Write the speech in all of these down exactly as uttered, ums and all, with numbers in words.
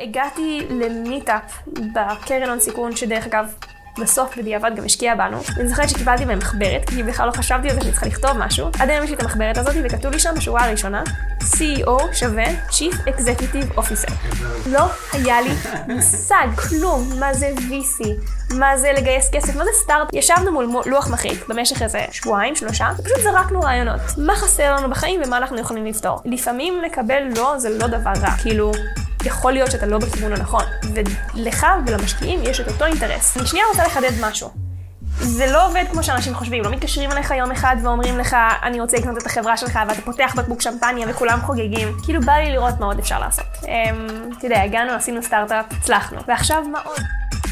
הגעתי למיטאפ בקרן הון סיכון, שדרך אגב, בסוף בדיעבד גם השקיע בנו. אני זוכרת שקיבלתי בהם מחברת, כי בכלל לא חשבתי על זה שאני צריכה לכתוב משהו. עד היום יש לי את המחברת הזאת, וכתוב לי שם בשורה הראשונה, סי אי או שווה Chief Executive Officer. לא היה לי מושג, כלום, מה זה וי סי, מה זה לגייס כסף, מה זה סטארט. ישבנו מול לוח מחיק במשך איזה שבועיים, שלושה, ופשוט זרקנו רעיונות. מה חסר לנו בחיים ומה אנחנו יכולים לפתור. לפעמים לקבל לא, זה לא דבר רע. כאילו, יכול להיות שאתה לא בכיוון הנכון, ולך ולמשקיעים יש את אותו אינטרס. אני שנייה רוצה לחדד משהו. זה לא עובד כמו שאנשים חושבים, לא מתקשרים אליך יום אחד ואומרים לך, אני רוצה לקנות את החברה שלך, ואתה פותח בקבוק שמפניה וכולם חוגגים. כאילו בא לי לראות מה עוד אפשר לעשות. אתה יודע, הגענו, עשינו סטארט-אפ, הצלחנו. ועכשיו מה עוד?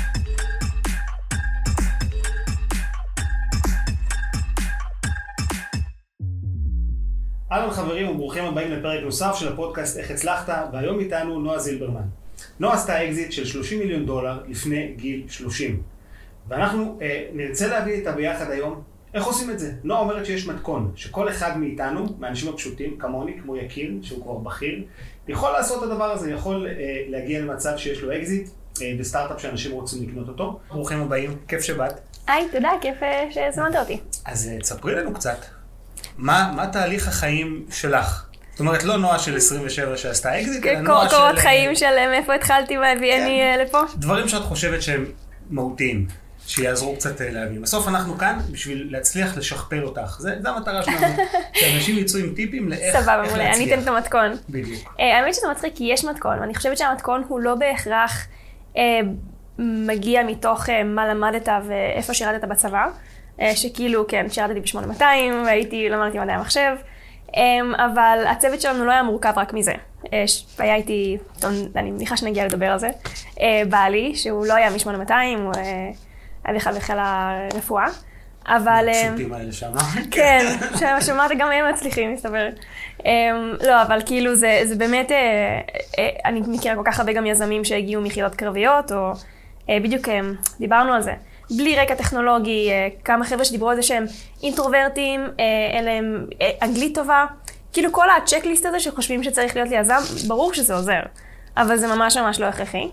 אהלן חברים וברוכים הבאים לפרק נוסף של הפודקאסט איך הצלחת, והיום איתנו נועה זילברמן. נועה עשתה אקזיט של שלושים מיליון דולר לפני גיל שלושים. ואנחנו אה, נרצה להביא איתה ביחד היום איך עושים את זה. נועה אומרת שיש מתכון, שכל אחד מאיתנו, מהאנשים הפשוטים, כמוני, כמו יקיר, שהוא כבר בכיר, יכול לעשות את הדבר הזה, יכול אה, להגיע למצב שיש לו אקזיט אה, בסטארט-אפ שאנשים רוצים לקנות אותו. ברוכים הבאים, כיף שבאת. היי, תודה, כיף שזמנת אותי. אז תספרי לנו קצת. מה, מה תהליך החיים שלך? זאת אומרת, לא נועה של עשרים ושבע שעשתה אקזיט, אלא נועה של... קורות חיים של מאיפה התחלתי והביאני לפה. דברים שאת חושבת שהם מהותיים, שיעזרו קצת להבין. בסוף אנחנו כאן בשביל להצליח לשכפל אותך. זה, זה המטרה שלנו, שאנשים יצאו עם טיפים לאיך להצליח. סבבה, מולה, אני אתן את המתכון. בדיוק. האמת שזה מצחיק כי יש מתכון, ואני חושבת שהמתכון הוא לא בהכרח מגיע מתוך מה למדת ואיפה שירתת בצבא. שכאילו, כן, שירתתי ב-שמונה מאתיים, והייתי, למדתי מדעי המחשב, אבל הצוות שלנו לא היה מורכב רק מזה. היה איתי, אני מניחה שנגיע לדבר על זה, בעלי, שהוא לא היה מ-שמונה מאתיים, הוא היה בכלל בחיל הרפואה, אבל... פשוטים האלה שם. כן, שמעת גם הם מצליחים, מסתבר. לא, אבל כאילו זה באמת, אני מכירה כל כך הרבה גם יזמים שהגיעו מיחידות קרביות, או בדיוק דיברנו על זה. בלי רקע טכנולוגי, כמה חבר'ה שדיברו על זה שהם אינטרוברטים, אלה הם אנגלית טובה. כאילו כל הצ'קליסט הזה שחושבים שצריך להיות לי יזם, ברור שזה עוזר, אבל זה ממש ממש לא הכרחי.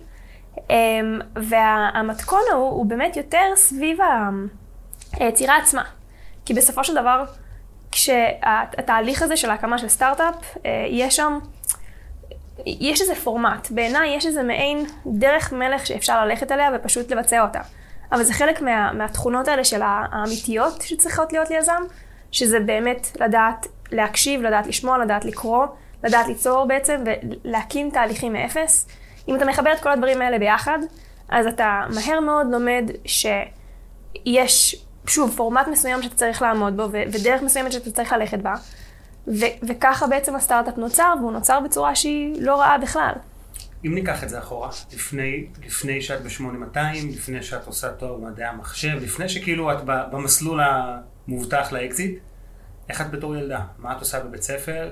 והמתכון הוא, הוא באמת יותר סביב היצירה עצמה. כי בסופו של דבר, כשהתהליך הזה של ההקמה של סטארט-אפ, יש שם, יש איזה פורמט. בעיניי יש איזה מעין דרך מלך שאפשר ללכת עליה ופשוט לבצע אותה. אבל זה חלק מה, מהתכונות האלה של האמיתיות שצריכות להיות ליזם, שזה באמת לדעת להקשיב, לדעת לשמוע, לדעת לקרוא, לדעת ליצור בעצם, ולהקים תהליכים מאפס. אם אתה מחבר את כל הדברים האלה ביחד, אז אתה מהר מאוד לומד שיש, שוב, פורמט מסוים שאתה צריך לעמוד בו, ודרך מסוימת שאתה צריך ללכת בה, ו- וככה בעצם הסטארט-אפ נוצר, והוא נוצר בצורה שהיא לא רעה בכלל. אם ניקח את זה אחורה, לפני, לפני שאת ב-שמונה מאתיים, לפני שאת עושה תואר במדעי המחשב, לפני שכאילו את במסלול המובטח לאקזיט, איך את בתור ילדה? מה את עושה בבית ספר?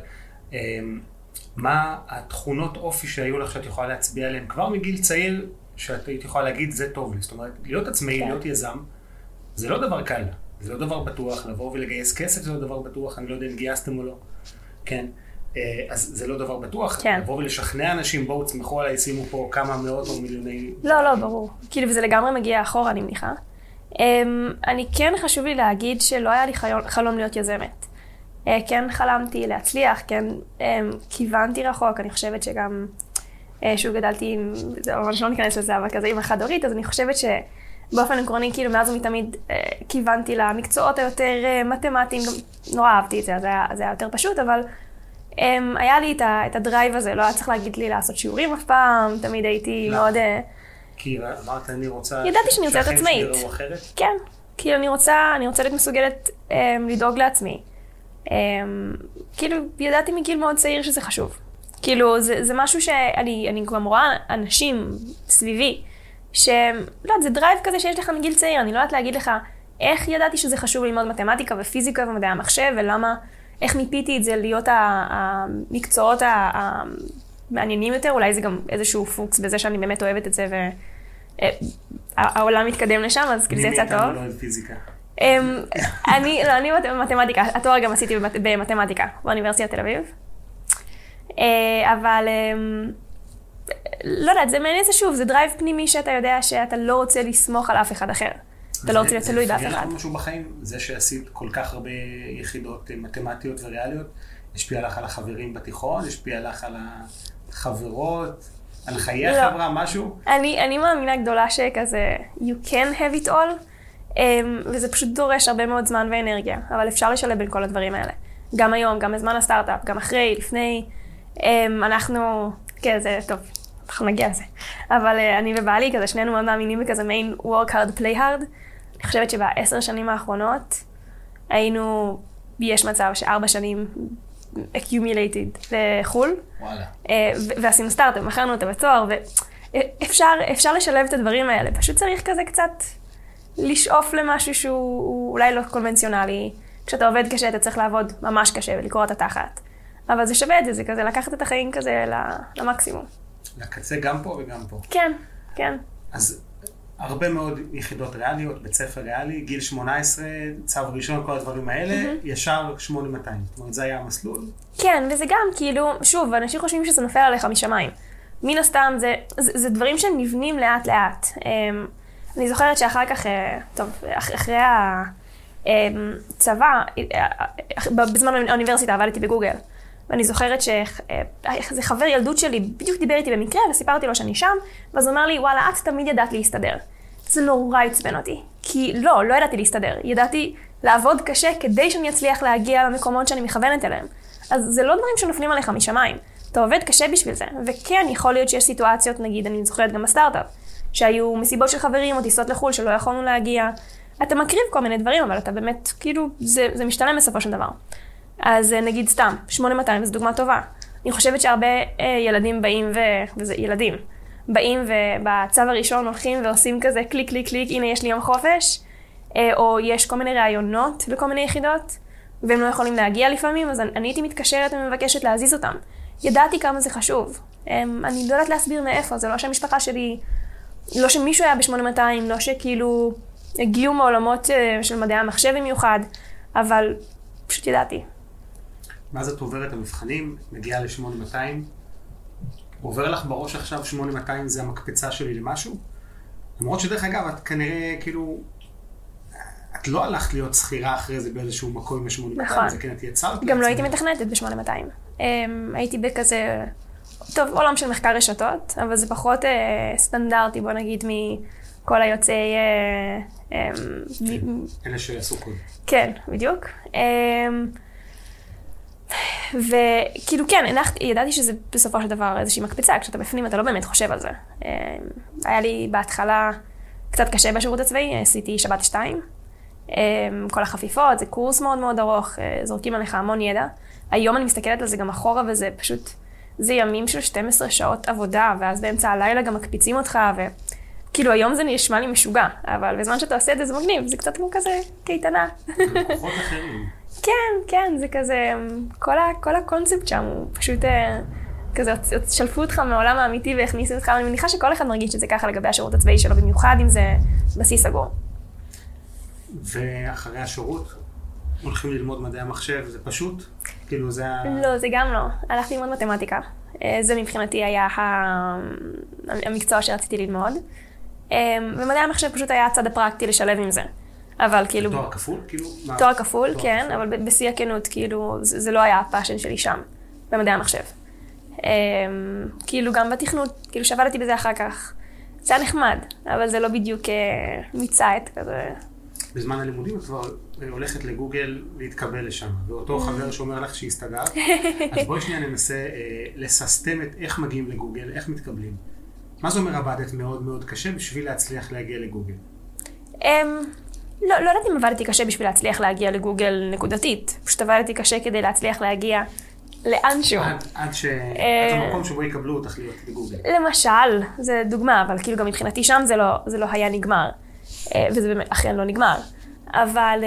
מה התכונות אופי שהיו לך שאת יכולה להצביע עליהן כבר מגיל צעיר, שאת היית יכולה להגיד זה טוב לי? זאת אומרת, להיות עצמאי, כן. להיות יזם, זה לא דבר קל, זה לא דבר בטוח, לבוא ולגייס כסף זה לא דבר בטוח, אני לא יודע אם גייסתם או לא, כן. אז זה לא דבר בטוח, כן. לבוא ולשכנע אנשים, בואו תסמכו עליי, שימו פה כמה מאות או מיליוני... לא, לא, ברור. כאילו, וזה לגמרי מגיע אחורה, אני מניחה. אני כן חשוב לי להגיד שלא היה לי חלום להיות יזמת. כן חלמתי להצליח, כן כיוונתי רחוק, אני חושבת שגם, שהוא גדלתי עם, זה ממש לא ניכנס לזה, אבל כזה עם החד-הורית, אז אני חושבת שבאופן עקרוני, כאילו, מאז ומתמיד כיוונתי למקצועות היותר מתמטיים, גם נורא אהבתי את זה, זה היה, זה היה יותר פשוט, אבל... Um, היה לי את, ה, את הדרייב הזה, לא היה צריך להגיד לי לעשות שיעורים אף פעם, תמיד הייתי לא. מאוד... כי אמרת, אני רוצה... ידעתי שאני רוצה להיות עצמאית. שחיים אחרת? כן, כי אני רוצה, אני רוצה להיות מסוגלת um, לדאוג לעצמי. Um, כאילו, ידעתי מגיל מאוד צעיר שזה חשוב. כאילו, זה, זה משהו שאני אני כבר רואה אנשים סביבי, שהם, לא, זה דרייב כזה שיש לך מגיל צעיר, אני לא יודעת להגיד לך איך ידעתי שזה חשוב ללמוד מתמטיקה ופיזיקה ומדעי המחשב, ולמה... איך מיפיתי את זה להיות המקצועות המעניינים יותר, אולי זה גם איזשהו פוקס בזה שאני באמת אוהבת את זה, והעולם מתקדם לשם, אז כאילו זה יצא טוב. אני מאיתנו לא אוהב פיזיקה. אני מתמטיקה, התואר גם עשיתי במתמטיקה, באוניברסיטת תל אביב. אבל לא יודעת, זה מעניין, זה שוב, זה דרייב פנימי שאתה יודע שאתה לא רוצה לסמוך על אף אחד אחר. אתה לא רוצה להיות תלוי באף אחד. זה הפריע לך משהו בחיים? זה שעשית כל כך הרבה יחידות מתמטיות וריאליות, השפיע לך על החברים בתיכון, השפיע לך על החברות, על חיי החברה, משהו? אני מאמינה גדולה שכזה, you can have it all, וזה פשוט דורש הרבה מאוד זמן ואנרגיה, אבל אפשר לשלב בין כל הדברים האלה. גם היום, גם בזמן הסטארט-אפ, גם אחרי, לפני, אנחנו, כן, זה טוב. אנחנו נגיע לזה. אבל uh, אני ובעלי, כזה, שנינו מאוד מאמינים בכזה מיין work hard, play hard. אני חושבת שבעשר שנים האחרונות היינו, יש מצב שארבע שנים accumulated לחול. וואלה. Uh, ועשינו סטארט-אפ, מכרנו אותה בתואר, ואפשר אפשר לשלב את הדברים האלה. פשוט צריך כזה קצת לשאוף למשהו שהוא אולי לא קונבנציונלי. כשאתה עובד קשה, אתה צריך לעבוד ממש קשה ולקרוא את התחת. אבל זה שווה את זה, זה כזה לקחת את החיים כזה למקסימום. לקצה גם פה וגם פה. כן, כן. אז הרבה מאוד יחידות ריאליות, בית ספר ריאלי, גיל שמונה עשרה, צו ראשון, כל הדברים האלה, mm-hmm. ישר שמונה מאתיים. זאת אומרת, זה היה המסלול. כן, וזה גם כאילו, שוב, אנשים חושבים שזה נופל עליך משמיים. מן הסתם, זה, זה, זה דברים שנבנים לאט לאט. אני זוכרת שאחר כך, טוב, אחרי הצבא, בזמן האוניברסיטה עבדתי בגוגל. ואני זוכרת שאיזה חבר ילדות שלי בדיוק דיבר איתי במקרה, וסיפרתי לו שאני שם, ואז הוא אומר לי, וואלה, את תמיד ידעת להסתדר. זה נורא עצבן אותי. כי לא, לא ידעתי להסתדר. ידעתי לעבוד קשה כדי שאני אצליח להגיע למקומות שאני מכוונת אליהם. אז זה לא דברים שנופלים עליך משמיים. אתה עובד קשה בשביל זה. וכן, יכול להיות שיש סיטואציות, נגיד, אני זוכרת גם בסטארט-אפ, שהיו מסיבות של חברים או טיסות לחול שלא יכולנו להגיע. אתה מקריב כל מיני דברים, אבל אתה באמת, כאילו, זה, זה משתלם בסופו של דבר. אז נגיד סתם, שמונה מאתיים, זו דוגמה טובה. אני חושבת שהרבה אה, ילדים באים, ו... וזה ילדים, באים ובצו הראשון הולכים ועושים כזה קליק, קליק, קליק, הנה יש לי יום חופש, אה, או יש כל מיני רעיונות בכל מיני יחידות, והם לא יכולים להגיע לפעמים, אז אני, אני הייתי מתקשרת ומבקשת להזיז אותם. ידעתי כמה זה חשוב. אה, אני לא יודעת להסביר מאיפה, זה לא שהמשפחה שלי, לא שמישהו היה ב-שמונה מאתיים, לא שכאילו הגיעו מעולמות אה, של מדעי המחשב במיוחד, אבל פשוט ידעתי. ואז את עוברת המבחנים, מגיעה ל-שמונה מאתיים, עובר לך בראש עכשיו שמונה מאתיים זה המקפצה שלי למשהו? למרות שדרך אגב, את כנראה כאילו, את לא הלכת להיות שכירה אחרי זה באיזשהו מקום ב-שמונה מאתיים, נכון. זה כן את יצרת. גם לא הייתי מתכנתת ב-שמונה מאתיים. הייתי בכזה, טוב, עולם של מחקר רשתות, אבל זה פחות סטנדרטי, בוא נגיד, מכל היוצאי... אלה שעשו קוד. כן, בדיוק. וכאילו כן, הנחתי, ידעתי שזה בסופו של דבר איזושהי מקפצה, כשאתה בפנים אתה לא באמת חושב על זה. היה לי בהתחלה קצת קשה בשירות הצבאי, עשיתי שבת שתיים. כל החפיפות, זה קורס מאוד מאוד ארוך, זורקים עליך המון ידע. היום אני מסתכלת על זה גם אחורה, וזה פשוט, זה ימים של שתים עשרה שעות עבודה, ואז באמצע הלילה גם מקפיצים אותך, וכאילו היום זה נשמע לי משוגע, אבל בזמן שאתה עושה את זה זה מגניב, זה קצת כמו כזה קייטנה. זה כוחות אחרים. כן, כן, זה כזה, כל, ה, כל הקונספט שם הוא פשוט כזה, שלפו אותך מהעולם האמיתי והכניסו אותך, אני מניחה שכל אחד מרגיש שזה ככה לגבי השירות הצבאי שלו, במיוחד אם זה בסיס סגור. ואחרי השירות, הולכים ללמוד מדעי המחשב, זה פשוט? כאילו זה ה... לא, זה גם לא. הלכתי ללמוד מתמטיקה. זה מבחינתי היה המקצוע שרציתי ללמוד. ומדעי המחשב פשוט היה הצד הפרקטי לשלב עם זה. אבל כאילו... תואר כפול? כאילו... תואר כפול, כן, אבל בשיא הכנות, כאילו, זה לא היה הפאשן שלי שם, במדעי המחשב. כאילו גם בתכנות, כאילו שעבדתי בזה אחר כך. זה היה נחמד, אבל זה לא בדיוק מצאת כזה. בזמן הלימודים את כבר הולכת לגוגל להתקבל לשם, ואותו חבר שאומר לך שהסתדרת, אז בואי שנייה ננסה לססטם את איך מגיעים לגוגל, איך מתקבלים. מה זה אומר עבדת מאוד מאוד קשה בשביל להצליח להגיע לגוגל? לא, לא יודעת אם עבדתי קשה בשביל להצליח להגיע לגוגל נקודתית. פשוט עבדתי קשה כדי להצליח להגיע לאנשהו. עד, עד ש... עד המקום שבו יקבלו אותך להיות בגוגל. למשל, זה דוגמה, אבל כאילו גם מבחינתי שם זה לא, זה לא היה נגמר. וזה באמת אכן לא נגמר. אבל...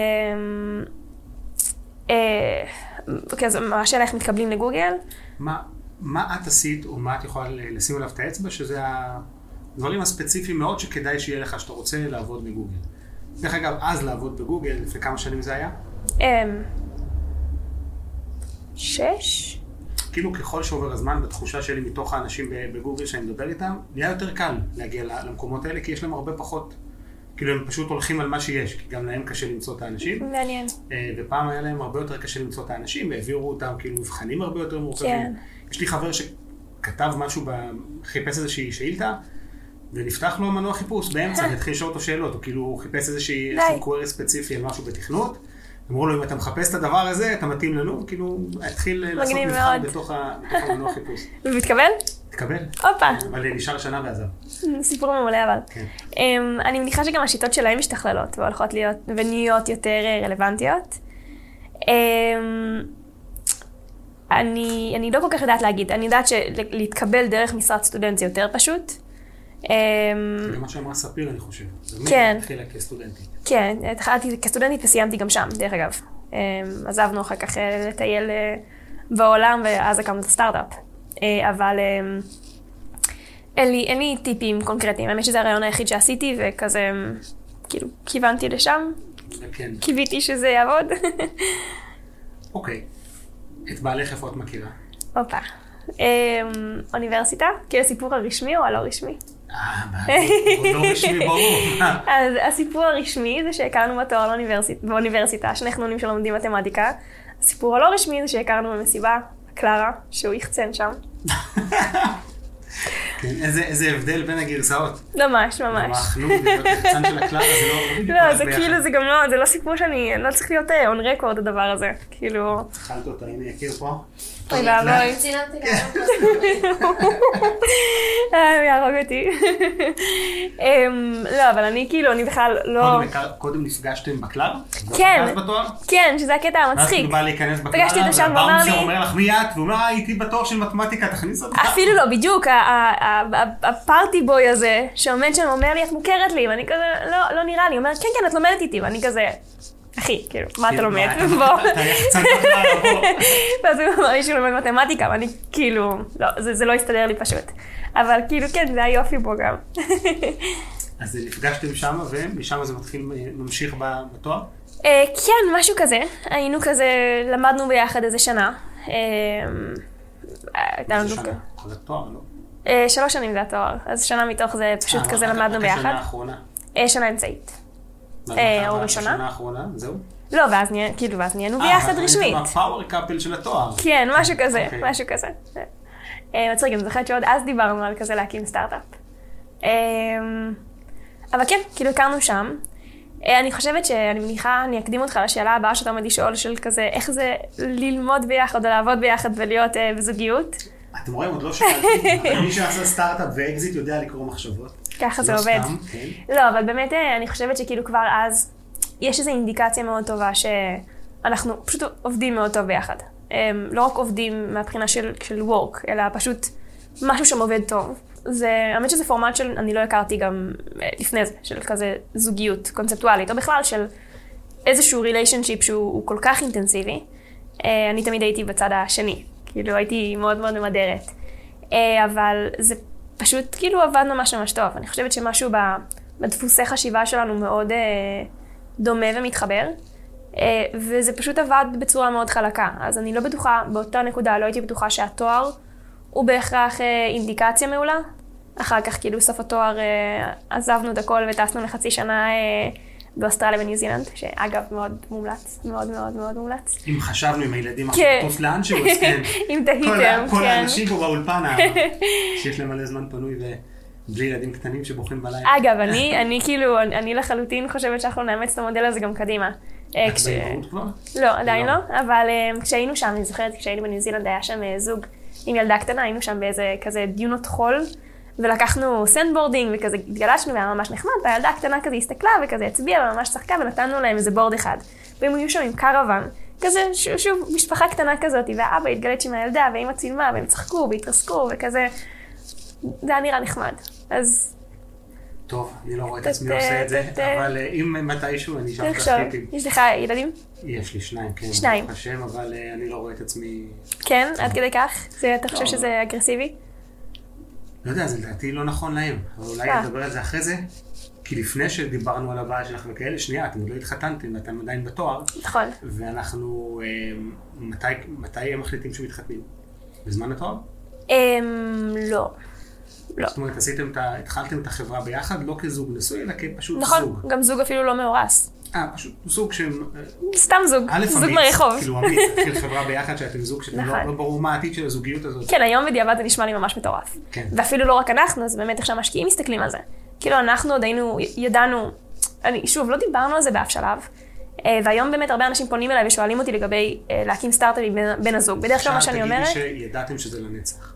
אוקיי, אז מה השאלה איך מתקבלים לגוגל? מה, מה את עשית, או מה את יכולה לשים עליו את האצבע, שזה הדברים הספציפיים מאוד שכדאי שיהיה לך שאתה רוצה לעבוד בגוגל. דרך אגב, אז לעבוד בגוגל, לפני כמה שנים זה היה? שש? כאילו ככל שעובר הזמן, בתחושה שלי מתוך האנשים בגוגל שאני מדבר איתם, נהיה יותר קל להגיע למקומות האלה, כי יש להם הרבה פחות, כאילו הם פשוט הולכים על מה שיש, כי גם להם קשה למצוא את האנשים. מעניין. ופעם היה להם הרבה יותר קשה למצוא את האנשים, והעבירו אותם כאילו מבחנים הרבה יותר מורכבים. כן. יש לי חבר שכתב משהו, חיפש איזושהי שאילתה, ונפתח לו מנוע חיפוש באמצע, והתחיל לשאול אותו שאלות, או כאילו הוא חיפש איזושהי קווירי ספציפי על משהו בתכנות, אמרו לו, אם אתה מחפש את הדבר הזה, אתה מתאים לנו, כאילו, התחיל לעשות מבחן בתוך המנוע חיפוש. ומתקבל? מתקבל. הופה. אבל נשאר שנה ועזב. סיפור ממלא אבל. כן. אני מניחה שגם השיטות שלהם משתכללות, והולכות להיות, ונהיות יותר רלוונטיות. אני, אני לא כל כך יודעת להגיד, אני יודעת שלהתקבל דרך משרת סטודנט זה יותר פשוט. זה מה שאמרה ספיר, אני חושב. כן. זה התחילה כסטודנטית. כן, התחלתי כסטודנטית וסיימתי גם שם, דרך אגב. עזבנו אחר כך לטייל בעולם, ואז הקמנו את הסטארט-אפ. אבל אין לי, אין לי טיפים קונקרטיים. האמת שזה הרעיון היחיד שעשיתי, וכזה, כאילו, כיוונתי לשם. כן. קיוויתי שזה יעבוד. אוקיי. את בעלך איפה את מכירה? הופה. אוניברסיטה? כאילו הסיפור הרשמי או הלא רשמי? אה, לא רשמי, ברור. אז הסיפור הרשמי זה שהכרנו בתואר באוניברסיטה, שני חנונים שלומדים מתמטיקה. הסיפור הלא רשמי זה שהכרנו במסיבה, קלרה, שהוא יחצן שם. כן, איזה הבדל בין הגרסאות. ממש, ממש. החנון, להיות יחצן של הקלרה, זה לא... לא, זה כאילו, זה גם לא, זה לא סיפור שאני, אני לא צריך להיות און רקורד הדבר הזה, כאילו... התחלת אותה, הנה יכיר פה. אוי ואבוי. צילמתי גם. הוא יהרוג אותי. לא, אבל אני כאילו, אני בכלל לא... קודם נפגשתם בקלר? כן. ואז בתואר? כן, שזה הקטע המצחיק. ואז הוא בא להיכנס בקלר, פגשתי אותו שם ואמר לי... והבאונסר אומר לך מי את? והוא אומר, הייתי בתואר של מתמטיקה, תכניס אותך. אפילו לא, בדיוק, הפארטי בוי הזה, שעומד שם אומר לי, את מוכרת לי, ואני כזה, לא, לא נראה לי. הוא אומר, כן, כן, את לומדת איתי, ואני כזה... אחי, כאילו, מה אתה לומד? בוא. אתה יחצן בקלר, בוא. ואז הוא אמר לי שהוא לומד מתמטיקה, ואני כאילו, לא, זה לא הסתדר לי פשוט. אבל כאילו, כן, זה היופי בו גם. אז נפגשתם שם, ומשם זה מתחיל, ממשיך בתואר? כן, משהו כזה. היינו כזה, למדנו ביחד איזה שנה. איזה שנה? זה תואר, לא? שלוש שנים זה התואר, אז שנה מתוך זה פשוט כזה למדנו ביחד. שנה האחרונה? שנה אמצעית. או ראשונה. שנה האחרונה, זהו? לא, ואז כאילו, ואז נהיינו ביחד רשמית. אה, הפאוור קאפל של התואר. כן, משהו כזה, משהו כזה. מצחיק, אני זוכרת שעוד אז דיברנו על כזה להקים סטארט-אפ. אבל כן, כאילו הכרנו שם. אני חושבת שאני מניחה, אני אקדים אותך לשאלה הבאה שאתה עומד לשאול של כזה, איך זה ללמוד ביחד או לעבוד ביחד ולהיות בזוגיות. אתם רואים, עוד לא שאלתי, מי שעשה סטארט-אפ ואקזיט יודע לקרוא מחשבות. ככה זה עובד. לא, אבל באמת אני חושבת שכאילו כבר אז יש איזו אינדיקציה מאוד טובה שאנחנו פשוט עובדים מאוד טוב ביחד. לא רק עובדים מהבחינה של, של work, אלא פשוט משהו שם עובד טוב. זה, האמת שזה פורמט של, אני לא הכרתי גם לפני זה, של כזה זוגיות קונספטואלית, או בכלל של איזשהו ריליישנשיפ שהוא כל כך אינטנסיבי. אני תמיד הייתי בצד השני, כאילו הייתי מאוד מאוד ממדרת. אבל זה פשוט כאילו עבד ממש ממש טוב. אני חושבת שמשהו בדפוסי חשיבה שלנו מאוד דומה ומתחבר, וזה פשוט עבד בצורה מאוד חלקה. אז אני לא בטוחה, באותה נקודה לא הייתי בטוחה שהתואר הוא בהכרח אינדיקציה מעולה. אחר כך כאילו סוף התואר עזבנו את הכל וטסנו לחצי שנה באוסטרליה וניו זילנד, שאגב מאוד מומלץ, מאוד מאוד מאוד מומלץ. אם חשבנו עם הילדים אחרי לאן שהוא, אז כן. אם תהיתם, כל האנשים פה באולפן, שיש להם מלא זמן פנוי ובלי ילדים קטנים שבוכים בלילה. אגב, אני כאילו, אני לחלוטין חושבת שאנחנו נאמץ את המודל הזה גם קדימה. את בהירות כבר? לא, עדיין לא, אבל כשהיינו שם, אני זוכרת, כשהיינו בניו זילנד היה שם זוג עם ילדה קטנה, היינו שם באיזה כזה דיונות חול, ולקחנו סנדבורדינג וכזה התגלשנו והיה ממש נחמד, והילדה הקטנה כזה הסתכלה וכזה הצביעה וממש צחקה ונתנו להם איזה בורד אחד. והם היו שם עם קרוון, כזה שוב, שוב משפחה קטנה כזאת, והאבא התגלש עם הילדה ואמא צילמה והם צחקו והתרסקו וכזה, זה היה נראה נחמד. אז... טוב, אני לא רואה את עצמי עושה את זה, אבל אם מתישהו אני שם את החיפים. יש לך ילדים? יש לי שניים, כן. שניים. השם, אבל אני לא רואה את עצמי... כן? עד כדי כך? אתה חושב שזה אגרסיבי? לא יודע, זה לדעתי לא נכון להם, אבל אולי נדבר על זה אחרי זה, כי לפני שדיברנו על הבעיה שלך וכאלה, שנייה, אתם עוד לא התחתנתם ואתם עדיין בתואר. נכון. ואנחנו, מתי הם מחליטים שמתחתנים? בזמן התואר? לא. לא. זאת אומרת, עשיתם את ה... התחלתם את החברה ביחד, לא כזוג נשוי, אלא כפשוט נכון, זוג. גם זוג אפילו לא מאורס. אה, פשוט זוג שהם... סתם זוג, זוג מרחוב. כאילו אמיץ, התחיל חברה ביחד שאתם זוג, שאתם לא ברור מה העתיד של הזוגיות הזאת. כן, היום בדיעבד זה נשמע לי ממש מטורף. ואפילו לא רק אנחנו, אז באמת איך שהמשקיעים מסתכלים על זה. כאילו אנחנו עוד היינו, ידענו, אני, שוב, לא דיברנו על זה באף שלב, והיום באמת הרבה אנשים פונים אליי ושואלים אותי לגבי להקים סטארט-אפים בין הזוג. בדרך כלל מה שאני אומרת... תגידי שידעתם שזה לנצח.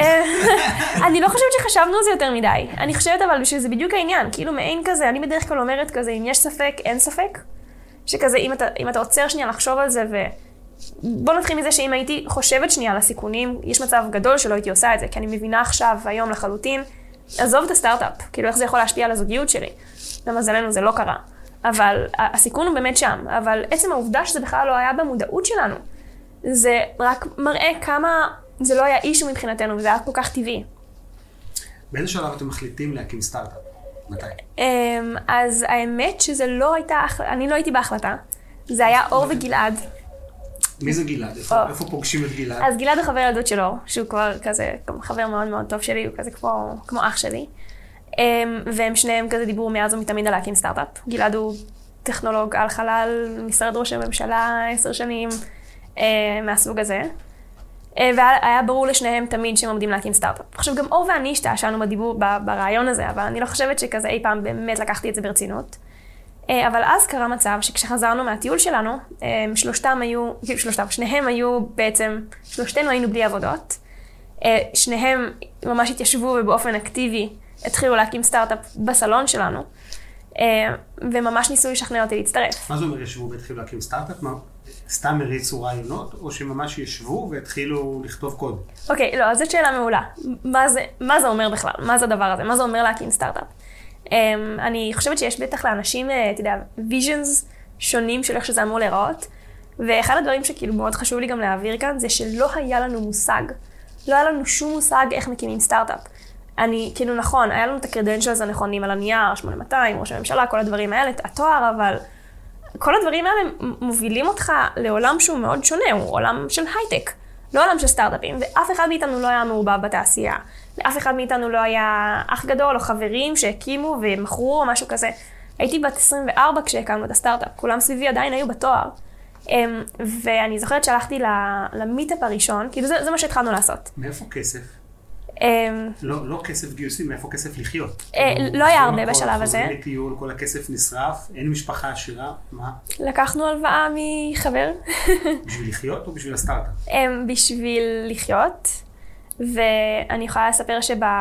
אני לא חושבת שחשבנו על זה יותר מדי. אני חושבת אבל שזה בדיוק העניין. כאילו מעין כזה, אני בדרך כלל אומרת כזה, אם יש ספק, אין ספק. שכזה, אם אתה, אם אתה עוצר שנייה לחשוב על זה, ובוא נתחיל מזה שאם הייתי חושבת שנייה על הסיכונים, יש מצב גדול שלא הייתי עושה את זה, כי אני מבינה עכשיו, היום לחלוטין, עזוב את הסטארט-אפ. כאילו איך זה יכול להשפיע על הזוגיות שלי. למזלנו זה לא קרה. אבל הסיכון הוא באמת שם. אבל עצם העובדה שזה בכלל לא היה במודעות שלנו, זה רק מראה כמה זה לא היה אישו מבחינתנו, וזה היה כל כך טבעי. באיזה שלב אתם מחליטים להקים סטארט-אפ? מתי? אז האמת שזה לא הייתה, אני לא הייתי בהחלטה. זה היה אור וגלעד. מי זה גלעד? איפה פוגשים את גלעד? אז גלעד הוא חבר ילדות שלו, שהוא כבר כזה, חבר מאוד מאוד טוב שלי, הוא כזה כמו, כמו אח שלי. והם שניהם כזה דיברו מאז ומתמיד על להקים סטארט-אפ. גלעד הוא טכנולוג על חלל, משרד ראש הממשלה, עשר שנים, מהסוג הזה. והיה ברור לשניהם תמיד שהם עומדים להקים סטארט-אפ. עכשיו, גם אור ואני השתעשענו בדיבור ברעיון הזה, אבל אני לא חושבת שכזה אי פעם באמת לקחתי את זה ברצינות. אבל אז קרה מצב שכשחזרנו מהטיול שלנו, שלושתם היו, כאילו שלושתם, שניהם היו בעצם, שלושתנו היינו בלי עבודות. שניהם ממש התיישבו ובאופן אקטיבי התחילו להקים סטארט-אפ בסלון שלנו, וממש ניסו לשכנע אותי להצטרף. מה זה אומר ישבו והתחילו להקים סטארט-אפ? סתם הריצו רעיונות, או שממש ישבו והתחילו לכתוב קוד? אוקיי, לא, אז זאת שאלה מעולה. מה זה, מה זה אומר בכלל? מה זה הדבר הזה? מה זה אומר להקים סטארט-אפ? Um, אני חושבת שיש בטח לאנשים, אתה יודע, visions שונים של איך שזה אמור להיראות, ואחד הדברים שכאילו מאוד חשוב לי גם להעביר כאן, זה שלא היה לנו מושג. לא היה לנו שום מושג איך מקימים סטארט-אפ. אני, כאילו נכון, היה לנו את הקרדנציאלס הנכונים על הנייר, שמונה מאתיים, ראש הממשלה, כל הדברים האלה, התואר, אבל כל הדברים האלה מובילים אותך לעולם שהוא מאוד שונה, הוא עולם של הייטק, לא עולם של סטארט-אפים, ואף אחד מאיתנו לא היה מעורבב בתעשייה. לאף אחד מאיתנו לא היה אח גדול או חברים שהקימו ומכרו או משהו כזה. הייתי בת עשרים וארבע כשהקמנו את הסטארט-אפ, כולם סביבי עדיין היו בתואר. ואני זוכרת שהלכתי למיטאפ הראשון, כאילו זה, זה מה שהתחלנו לעשות. מאיפה כסף? לא, לא כסף גיוסים, מאיפה כסף לחיות? לא היה הרבה בשלב הזה. חוזרים לטיול, כל הכסף נשרף, אין משפחה עשירה, מה? לקחנו הלוואה מחבר. בשביל לחיות או בשביל הסטארט-אפ? בשביל לחיות, ואני יכולה לספר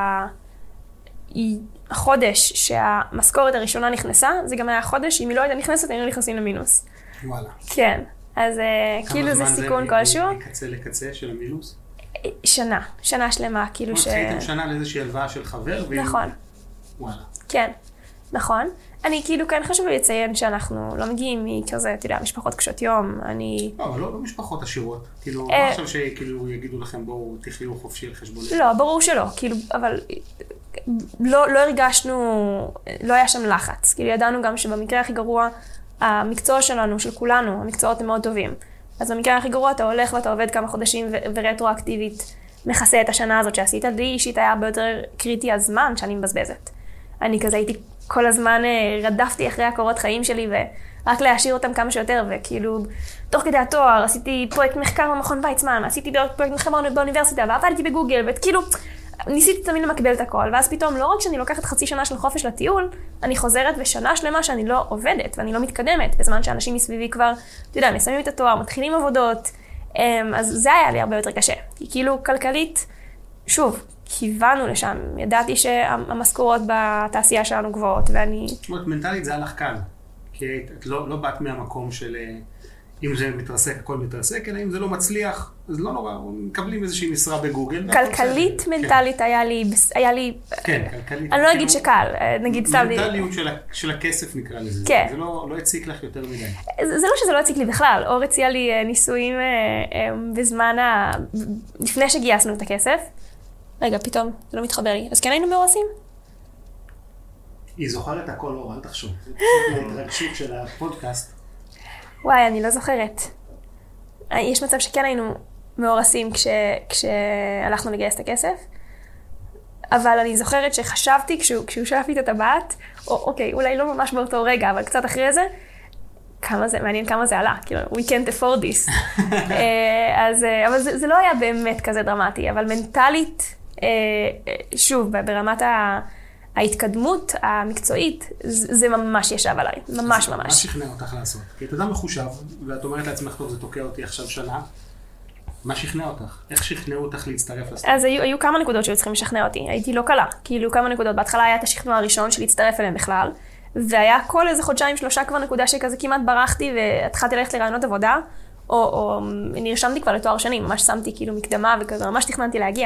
שבחודש שהמשכורת הראשונה נכנסה, זה גם היה חודש, אם היא לא הייתה נכנסת, היינו נכנסים למינוס. וואלה. כן, אז כאילו זה סיכון כלשהו. כמה זמן זה מקצה לקצה של המינוס? שנה, שנה שלמה, כאילו ש... חייתם שנה לאיזושהי הלוואה של חבר? נכון. וואלה. כן, נכון. אני כאילו כאן חשוב לי לציין שאנחנו לא מגיעים מכזה, אתה יודע, משפחות קשות יום, אני... לא, אבל לא משפחות עשירות. כאילו, לא עכשיו שכאילו יגידו לכם, בואו תחיו חופשי על חשבוני. לא, ברור שלא, כאילו, אבל לא הרגשנו, לא היה שם לחץ. כאילו, ידענו גם שבמקרה הכי גרוע, המקצוע שלנו, של כולנו, המקצועות הם מאוד טובים. אז במקרה הכי גרוע אתה הולך ואתה עובד כמה חודשים ורטרואקטיבית מכסה את השנה הזאת שעשית. לי אישית היה הרבה יותר קריטי הזמן שאני מבזבזת. אני כזה הייתי כל הזמן רדפתי אחרי הקורות חיים שלי ורק להשאיר אותם כמה שיותר, וכאילו תוך כדי התואר עשיתי פרויקט מחקר במכון ויצמן, עשיתי פרויקט מחקר באוניברסיטה ועבדתי בגוגל, וכאילו ניסיתי תמיד למקבל את הכל, ואז פתאום לא רק שאני לוקחת חצי שנה של חופש לטיול, אני חוזרת ושנה שלמה שאני לא עובדת ואני לא מתקדמת, בזמן שאנשים מסביבי כבר, אתה יודע, מסיימים את התואר, מתחילים עבודות, אז זה היה לי הרבה יותר קשה. כי כאילו כלכלית, שוב, כיוונו לשם, ידעתי שהמשכורות בתעשייה שלנו גבוהות, ואני... זאת אומרת, מנטלית זה הלך קל, כי את לא, לא באת מהמקום של אם זה מתרסק, הכל מתרסק, אלא אם זה לא מצליח, אז לא נורא, מקבלים איזושהי משרה בגוגל. כלכלית, מנטלית, כן. היה לי, היה לי... כן, כלכלית. אני לא אגיד שקל, נגיד סתם... מנטליות של, של הכסף נקרא לזה. כן. זה לא, לא הציק לך יותר מדי. זה, זה לא שזה לא הציק לי בכלל. אור הציע לי ניסויים בזמן ה... לפני שגייסנו את הכסף. רגע, פתאום, זה לא מתחבר לי. אז כן היינו מאורסים? היא זוכרת הכל, אור, אל תחשוב. זה פשוט ההתרגשות של הפודקאסט. וואי, אני לא זוכרת. יש מצב שכן היינו מאורסים כש, כשהלכנו לגייס את הכסף. אבל אני זוכרת שחשבתי, כשהוא, כשהוא שלף לי את הטבעת, או אוקיי, אולי לא ממש באותו רגע, אבל קצת אחרי זה, כמה זה, מעניין כמה זה עלה, כאילו, we can't afford this. אז, אבל זה, זה לא היה באמת כזה דרמטי, אבל מנטלית, שוב, ברמת ההתקדמות המקצועית, זה ממש ישב עליי, ממש ממש. מה שכנע אותך לעשות? כי את אדם מחושב, ואת אומרת לעצמך, טוב, זה תוקע אותי עכשיו שנה, מה שכנע אותך? איך שכנעו אותך להצטרף לסטארט? אז היו, היו כמה נקודות שהיו צריכים לשכנע אותי. הייתי לא קלה. כאילו כמה נקודות. בהתחלה היה את השכנוע הראשון של להצטרף אליהם בכלל. והיה כל איזה חודשיים, שלושה כבר נקודה שכזה כמעט ברחתי והתחלתי ללכת לרעיונות עבודה. או, או נרשמתי כבר לתואר שני. ממש שמתי כאילו מקדמה וכזה. ממש תכננתי להגיע.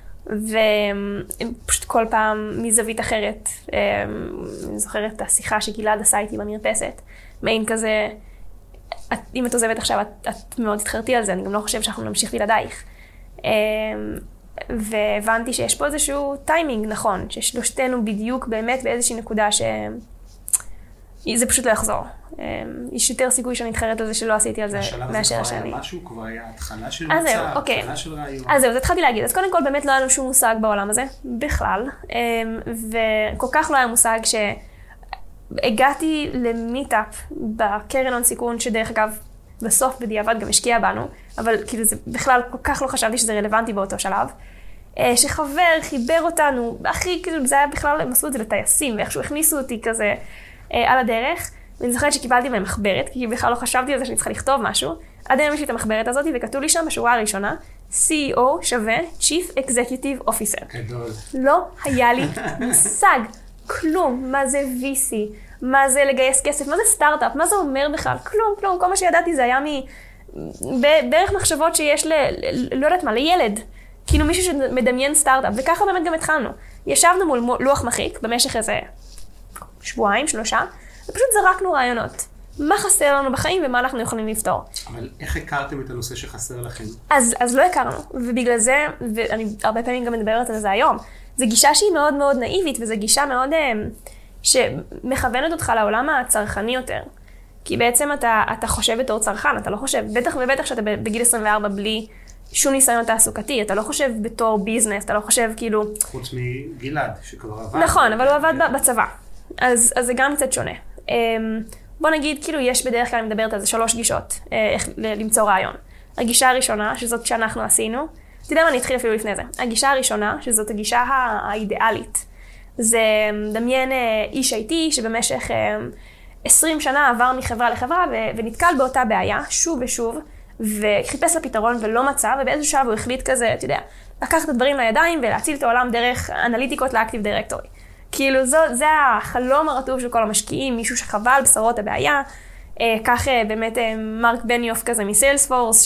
ופשוט כל פעם מזווית אחרת. אני זוכרת את השיחה שגלעד עשה איתי במרפסת. מעין כזה... את, אם את עוזבת עכשיו, את, את מאוד התחרתי על זה, אני גם לא חושב שאנחנו נמשיך בלעדייך. והבנתי שיש פה איזשהו טיימינג נכון, ששלושתנו בדיוק באמת באיזושהי נקודה שזה פשוט לא יחזור. יש יותר סיכוי שאני אתחרט על זה שלא עשיתי על זה מאשר השני. השלב הזה כבר היה משהו, כבר היה התחלה של מצע, התחלה של רעיון. אז זהו, אז התחלתי להגיד. אז קודם כל באמת לא היה לנו שום מושג בעולם הזה, בכלל. וכל כך לא היה מושג ש... הגעתי למיטאפ בקרן הון סיכון, שדרך אגב בסוף בדיעבד גם השקיע בנו, אבל כאילו זה בכלל כל כך לא חשבתי שזה רלוונטי באותו שלב, שחבר חיבר אותנו, הכי כאילו זה היה בכלל, הם עשו את זה לטייסים, ואיכשהו הכניסו אותי כזה על הדרך, ואני זוכרת שקיבלתי מהם מחברת, כי בכלל לא חשבתי על זה שאני צריכה לכתוב משהו, עד היום יש לי את המחברת הזאת, וכתוב לי שם בשורה הראשונה, סי אי או שווה Chief Executive Officer. גדול. לא היה לי מושג. כלום, מה זה וי סי, מה זה לגייס כסף, מה זה סטארט-אפ, מה זה אומר בכלל, כלום, כלום, כל מה שידעתי זה היה בערך מחשבות שיש ל... לא יודעת מה, לילד, כאילו מישהו שמדמיין סטארט-אפ, וככה באמת גם התחלנו. ישבנו מול לוח מחיק במשך איזה שבועיים, שלושה, ופשוט זרקנו רעיונות. מה חסר לנו בחיים ומה אנחנו יכולים לפתור. אבל איך הכרתם את הנושא שחסר לכם? אז, אז לא הכרנו, ובגלל זה, ואני הרבה פעמים גם מדברת על זה היום, זו גישה שהיא מאוד מאוד נאיבית, וזו גישה מאוד שמכוונת אותך לעולם הצרכני יותר. כי בעצם אתה, אתה חושב בתור צרכן, אתה לא חושב, בטח ובטח שאתה בגיל עשרים וארבע בלי שום ניסיון תעסוקתי, אתה לא חושב בתור ביזנס, אתה לא חושב כאילו... חוץ מגלעד, שכבר עבד. נכון, אבל הוא עבד בצבא. אז, אז זה גם קצת שונה. בוא נגיד, כאילו יש בדרך כלל, אני מדברת על זה, שלוש גישות, איך למצוא רעיון. הגישה הראשונה, שזאת שאנחנו עשינו, אתה יודע מה, אני אתחיל אפילו לפני זה. הגישה הראשונה, שזאת הגישה האידיאלית, זה דמיין איש איי טי שבמשך עשרים שנה עבר מחברה לחברה ונתקל באותה בעיה, שוב ושוב, וחיפש לפתרון ולא מצא, ובאיזשהו שעה הוא החליט כזה, אתה יודע, לקחת את הדברים לידיים ולהציל את העולם דרך אנליטיקות לאקטיב דירקטורי. כאילו, זו, זה החלום הרטוב של כל המשקיעים, מישהו שחווה על בשרות הבעיה. כך באמת מרק בניוף כזה מסיילספורס,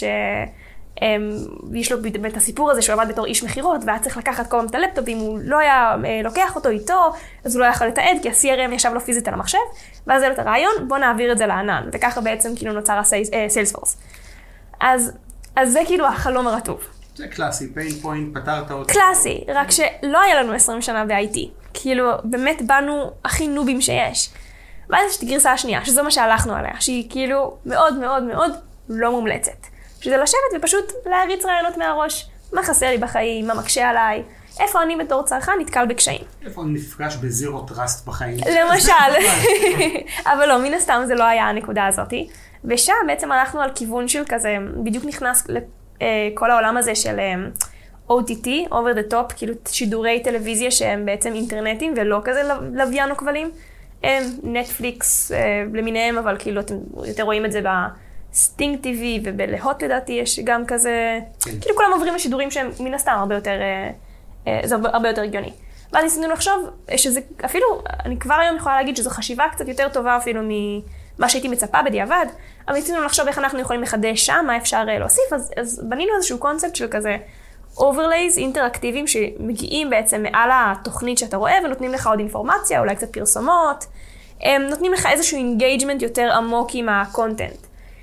שיש לו באמת הסיפור הזה שהוא עבד בתור איש מחירות, והיה צריך לקחת כל פעם את הלפטופ, ואם הוא לא היה לוקח אותו איתו, אז הוא לא יכול לתעד, כי ה-סי אר אם ישב לו פיזית על המחשב, ואז היה לו את הרעיון, בוא נעביר את זה לענן, וככה בעצם כאילו נוצר הסיילספורס. אז, אז זה כאילו החלום הרטוב. זה קלאסי, פיין פוינט, פתרת אותו. קלאסי, רק שלא היה לנו עשרים שנה ב-איי טי. כאילו, באמת באנו הכי נובים שיש. ואז יש את הגרסה השנייה, שזו מה שהלכנו עליה, שהיא כאילו מאוד מאוד מאוד לא מומלצת. שזה לשבת ופשוט להריץ רעיונות מהראש. מה חסר לי בחיים, מה מקשה עליי, איפה אני בתור צרכן נתקל בקשיים. איפה אני נפגש בזירו טראסט בחיים. למשל. אבל לא, מן הסתם זה לא היה הנקודה הזאת. ושם בעצם הלכנו על כיוון של כזה, בדיוק נכנס לכל העולם הזה של או טי טי, over the top, כאילו שידורי טלוויזיה שהם בעצם אינטרנטים ולא כזה לוויין או כבלים. הם נטפליקס למיניהם, אבל כאילו אתם יותר רואים את זה בסטינג טי וי ובלהוט לדעתי יש גם כזה, כאילו כולם עוברים לשידורים שהם מן הסתם הרבה יותר, זה הרבה יותר הגיוני. ואז ניסינו לחשוב שזה אפילו, אני כבר היום יכולה להגיד שזו חשיבה קצת יותר טובה אפילו ממה שהייתי מצפה בדיעבד, אבל ניסינו לחשוב איך אנחנו יכולים לחדש שם, מה אפשר להוסיף, אז, אז בנינו איזשהו קונספט של כזה, overlays אינטראקטיביים שמגיעים בעצם מעל התוכנית שאתה רואה ונותנים לך עוד אינפורמציה, אולי קצת פרסומות, הם נותנים לך איזשהו אינגייג'מנט יותר עמוק עם הקונטנט,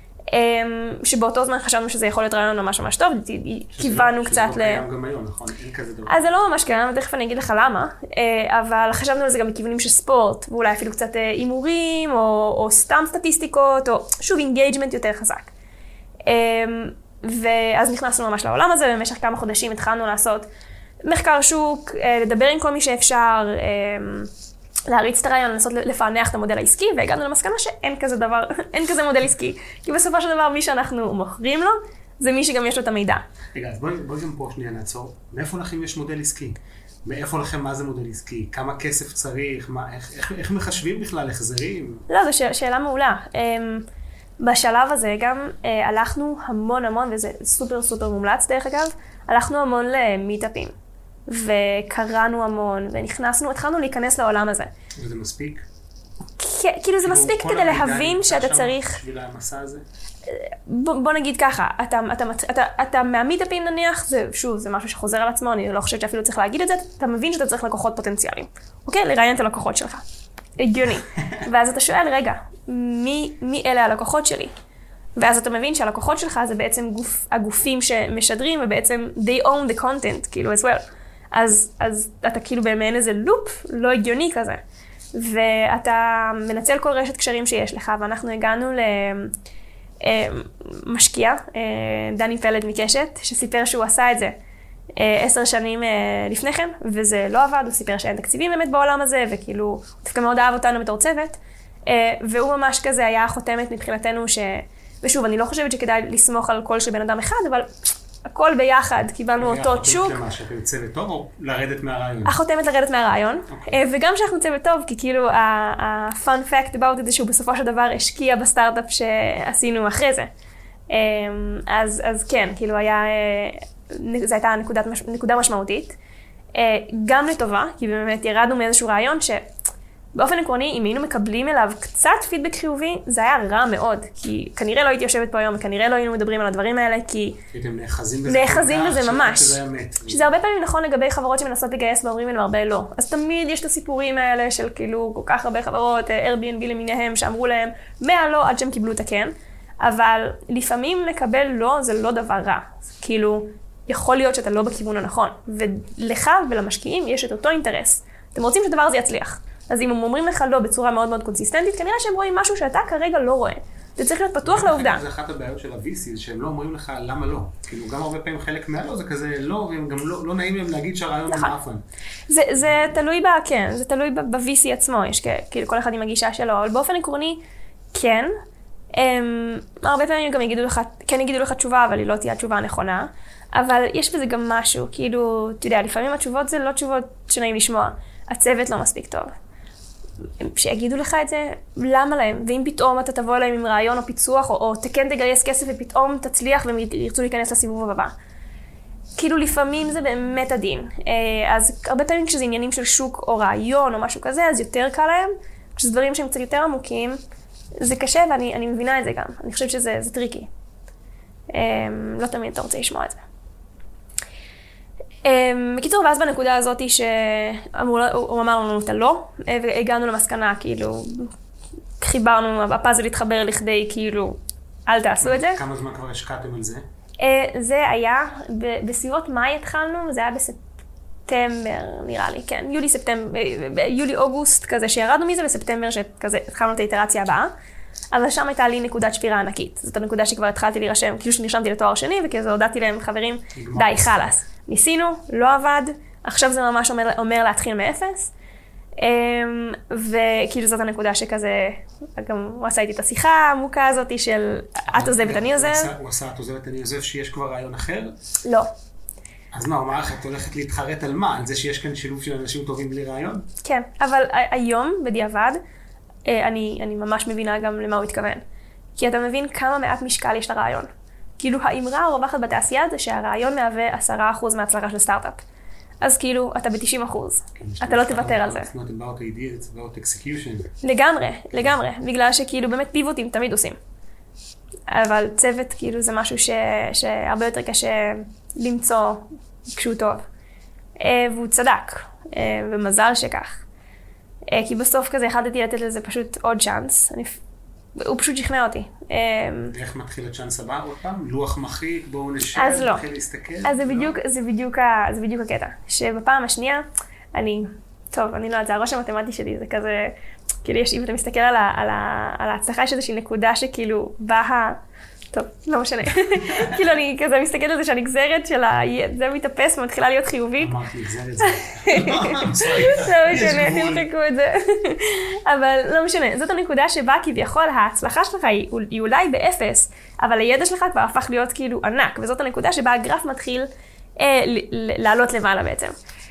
שבאותו זמן חשבנו שזה יכול להיות רעיון ממש ממש טוב, כיוונו קצת ל... שזה לא קיים גם היום, נכון? אין כזה דבר. אז זה לא ממש קיים, תכף אני אגיד לך למה, אבל חשבנו על זה גם מכיוונים של ספורט, ואולי אפילו קצת הימורים, או, או סתם סטטיסטיקות, או שוב אינגייג'מנט יותר חזק. ואז נכנסנו ממש לעולם הזה, ובמשך כמה חודשים התחלנו לעשות מחקר שוק, לדבר עם כל מי שאפשר, להריץ את הרעיון, לנסות לפענח את המודל העסקי, והגענו למסקנה שאין כזה דבר, אין כזה מודל עסקי. כי בסופו של דבר, מי שאנחנו מוכרים לו, זה מי שגם יש לו את המידע. רגע, אז בואי, בואי גם פה שנייה נעצור. מאיפה לכם יש מודל עסקי? מאיפה לכם מה זה מודל עסקי? כמה כסף צריך? מה, איך, איך, איך מחשבים בכלל החזרים? לא, זו שאלה, שאלה מעולה. בשלב הזה גם הלכנו המון המון, וזה סופר סופר מומלץ דרך אגב, הלכנו המון למיטאפים. וקראנו המון, ונכנסנו, התחלנו להיכנס לעולם הזה. וזה מספיק? כאילו זה מספיק כדי להבין שאתה צריך... בשביל המסע הזה? בוא נגיד ככה, אתה, אתה, אתה, אתה מהמיטאפים נניח, זה, שוב, זה משהו שחוזר על עצמו, אני לא חושבת שאפילו צריך להגיד את זה, אתה מבין שאתה צריך לקוחות פוטנציאליים, אוקיי? לראיין את הלקוחות שלך. הגיוני. ואז אתה שואל, רגע, מי, מי אלה הלקוחות שלי? ואז אתה מבין שהלקוחות שלך זה בעצם גוף, הגופים שמשדרים, ובעצם they own the content, כאילו, as well. אז, אז אתה כאילו במעין איזה לופ לא הגיוני כזה. ואתה מנצל כל רשת קשרים שיש לך, ואנחנו הגענו למשקיע, דני פלד מקשת, שסיפר שהוא עשה את זה עשר שנים לפני כן, וזה לא עבד, הוא סיפר שאין תקציבים באמת בעולם הזה, וכאילו, הוא דווקא מאוד אהב אותנו בתור צוות, והוא ממש כזה היה חותמת מבחינתנו ש... ושוב, אני לא חושבת שכדאי לסמוך על כל של בן אדם אחד, אבל הכל ביחד, קיבלנו אותו צ'וק. החותמת למה, שאתם צוות טוב או לרדת מהרעיון? החותמת לרדת מהרעיון, וגם שאנחנו צוות טוב, כי כאילו ה-fun fact about it זה שהוא בסופו של דבר השקיע בסטארט-אפ שעשינו אחרי זה. אז, אז כן, כאילו היה, זו הייתה נקודת, נקודה משמעותית. גם לטובה, כי באמת ירדנו מאיזשהו רעיון ש... באופן עקרוני, אם היינו מקבלים אליו קצת פידבק חיובי, זה היה רע מאוד, כי כנראה לא הייתי יושבת פה היום, וכנראה לא היינו מדברים על הדברים האלה, כי... הייתם נאחזים בזה נאחזים בזה ממש. שזה היה מת. שזה הרבה פעמים נכון לגבי חברות שמנסות לגייס ואומרים לנו הרבה לא. אז תמיד יש את הסיפורים האלה של כאילו כל כך הרבה חברות, Airbnb למיניהם, שאמרו להם מאה לא עד שהם קיבלו את הכן, אבל לפעמים לקבל לא זה לא דבר רע. כאילו, יכול להיות שאתה לא בכיוון הנכון, ולך ולמשקיעים יש את אותו אינטרס. אתם רוצים שהדבר הזה יצליח. אז אם הם אומרים לך לא בצורה מאוד מאוד קונסיסטנטית, כנראה שהם רואים משהו שאתה כרגע לא רואה. זה צריך להיות פתוח לעובדה. זה אחת הבעיות של ה-וי סי, שהם לא אומרים לך למה לא. כאילו גם הרבה פעמים חלק מהלא זה כזה לא, והם גם לא, לא נעים להם להגיד שהרעיון הוא מאפן. זה, זה תלוי בה, כן, זה תלוי ב-וי סי עצמו, יש כאילו כל אחד עם הגישה שלו, אבל באופן עקרוני, כן. הם, הרבה פעמים גם יגידו לך, כן יגידו לך תשובה, אבל היא לא תהיה התשובה הנכונה. אבל יש בזה גם משהו, כאילו, אתה יודע, לפעמים התשובות זה לא תשובות שנעים לשמוע. הצוות לא מספיק טוב. שיגידו לך את זה, למה להם? ואם פתאום אתה תבוא אליהם עם רעיון או פיצוח, או, או תקן תגייס כסף ופתאום תצליח והם ירצו להיכנס לסיבוב הבא. כאילו לפעמים זה באמת הדין. אז הרבה פעמים כשזה עניינים של שוק או רעיון או משהו כזה, אז יותר קל להם. כשזה דברים שהם קצת יותר עמוקים, זה קשה ואני אני מבינה את זה גם. אני חושבת שזה זה טריקי. לא תמיד אתה רוצה לשמוע את זה. בקיצור, ואז בנקודה הזאת שהוא אמר לנו את הלא, והגענו למסקנה, כאילו, חיברנו, הפאזל התחבר לכדי, כאילו, אל תעשו את זה. כמה זמן כבר השקעתם על זה? זה היה, בסביבות מאי התחלנו, זה היה בספטמבר, נראה לי, כן, יולי, ספטמבר, יולי, אוגוסט, כזה, שירדנו מזה, בספטמבר, שכזה, התחלנו את האיטרציה הבאה, אבל שם הייתה לי נקודת שבירה ענקית. זאת הנקודה שכבר התחלתי להירשם, כאילו שנרשמתי לתואר שני, וכזה הודעתי להם, חברים, די, חלאס. ניסינו, לא עבד, עכשיו זה ממש אומר, אומר להתחיל מאפס, וכאילו זאת הנקודה שכזה, גם הוא עשה איתי את השיחה העמוקה הזאת של את עוזבת, אני עוזב. הוא עשה את עוזבת, אני עוזב, שיש כבר רעיון אחר? לא. אז מה, הוא אמר לך, את הולכת להתחרט על מה? על זה שיש כאן שילוב של אנשים טובים בלי רעיון? כן, אבל היום, בדיעבד, אני, אני ממש מבינה גם למה הוא התכוון. כי אתה מבין כמה מעט משקל יש לרעיון. כאילו, האמרה הרווחת בתעשייה זה שהרעיון מהווה עשרה אחוז מההצלחה של סטארט-אפ. אז כאילו, אתה ב-תשעים אחוז. אתה לא תוותר על זה. It's not about idea, it's about execution. לגמרי, לגמרי. בגלל שכאילו באמת פיבוטים תמיד עושים. אבל צוות כאילו זה משהו ש... שהרבה יותר קשה למצוא כשהוא טוב. והוא צדק, ומזל שכך. כי בסוף כזה החלטתי לתת לזה פשוט עוד צ'אנס. אני... הוא פשוט שכנע אותי. איך מתחיל הצ'אנס הבא עוד פעם? לוח מחיק, בואו נשאר, אז לא. נתחיל להסתכל? אז זה בדיוק, זה בדיוק, זה בדיוק הקטע. שבפעם השנייה, אני, טוב, אני לא יודעת, זה הראש המתמטי שלי, זה כזה, כאילו, אם אתה מסתכל על, ה, על, ה, על ההצלחה, יש איזושהי נקודה שכאילו באה טוב, לא משנה. כאילו אני כזה מסתכלת על זה שהנגזרת של זה מתאפס ומתחילה להיות חיובית. אמרת נגזרת זה. לא משנה, תמחקו את זה. אבל לא משנה, זאת הנקודה שבה כביכול ההצלחה שלך היא אולי באפס, אבל הידע שלך כבר הפך להיות כאילו ענק, וזאת הנקודה שבה הגרף מתחיל לעלות למעלה בעצם.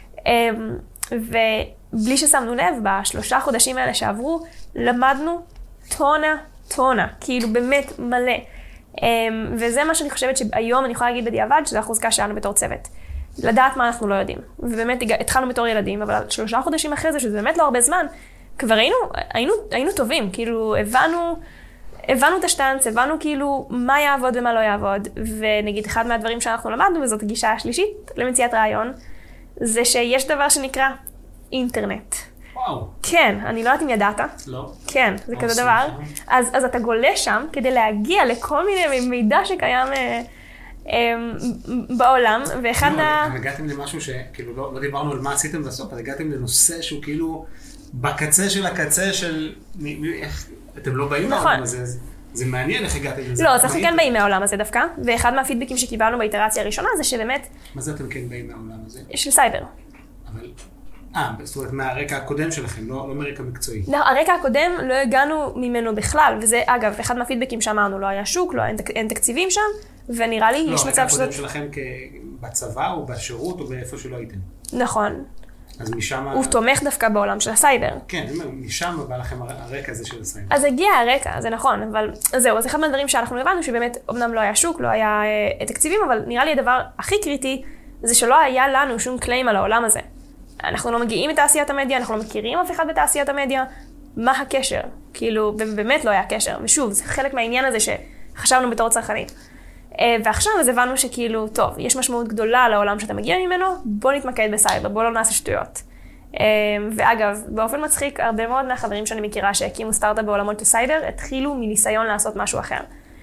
ובלי ששמנו לב, בשלושה חודשים האלה שעברו, למדנו טונה, טונה, כאילו באמת מלא. וזה מה שאני חושבת שהיום אני יכולה להגיד בדיעבד, שזה החוזקה שלנו בתור צוות. לדעת מה אנחנו לא יודעים. ובאמת התחלנו בתור ילדים, אבל שלושה חודשים אחרי זה, שזה באמת לא הרבה זמן, כבר היינו, היינו, היינו טובים, כאילו הבנו, הבנו את השטנץ, הבנו כאילו מה יעבוד ומה לא יעבוד, ונגיד אחד מהדברים שאנחנו למדנו, וזאת הגישה השלישית למציאת רעיון, זה שיש דבר שנקרא אינטרנט. וואו. כן, אני לא יודעת אם ידעת. לא. כן, זה כזה דבר. אז, אז אתה גולה שם כדי להגיע לכל מיני מידע שקיים אה, אה, בעולם, ואחד לא, מה... הגעתם למשהו שכאילו לא, לא דיברנו על מה עשיתם בסוף, אבל הגעתם לנושא שהוא כאילו בקצה של הקצה של... מ, מ, איך, אתם לא באים נכון. מהעולם הזה, זה, זה מעניין איך הגעתם לזה. לא, אז אנחנו כן באים מהעולם הזה דווקא, ואחד מהפידבקים שקיבלנו באיטרציה הראשונה זה שבאמת... מה זה אתם כן באים מהעולם הזה? של סייבר. אבל... אה, זאת אומרת, מהרקע הקודם שלכם, לא, לא מרקע מקצועי. לא, הרקע הקודם לא הגענו ממנו בכלל, וזה, אגב, אחד מהפידבקים שאמרנו, לא היה שוק, לא, אין, אין תקציבים שם, ונראה לי לא, יש מצב שזה... לא, הרקע הקודם שלכם בצבא או בשירות או באיפה שלא הייתם. נכון. אז משם... הוא תומך דווקא בעולם של הסייבר. כן, משם בא לכם הרקע הזה של הסייבר. אז הגיע הרקע, זה נכון, אבל זהו, אז אחד מהדברים שאנחנו הבנו, שבאמת, אמנם לא היה שוק, לא היה אה, תקציבים, אבל נראה לי הדבר הכי קריטי, זה שלא היה לנו שום קליים על העולם הזה. אנחנו לא מגיעים מתעשיית המדיה, אנחנו לא מכירים אף אחד בתעשיית המדיה. מה הקשר? כאילו, באמת לא היה קשר. ושוב, זה חלק מהעניין הזה שחשבנו בתור צרכנים. ועכשיו אז הבנו שכאילו, טוב, יש משמעות גדולה לעולם שאתה מגיע ממנו, בוא נתמקד בסייבר, בוא לא נעשה שטויות. ואגב, באופן מצחיק, הרבה מאוד מהחברים שאני מכירה שהקימו סטארט-אפ בעולמות הסייבר, התחילו מניסיון לעשות משהו אחר.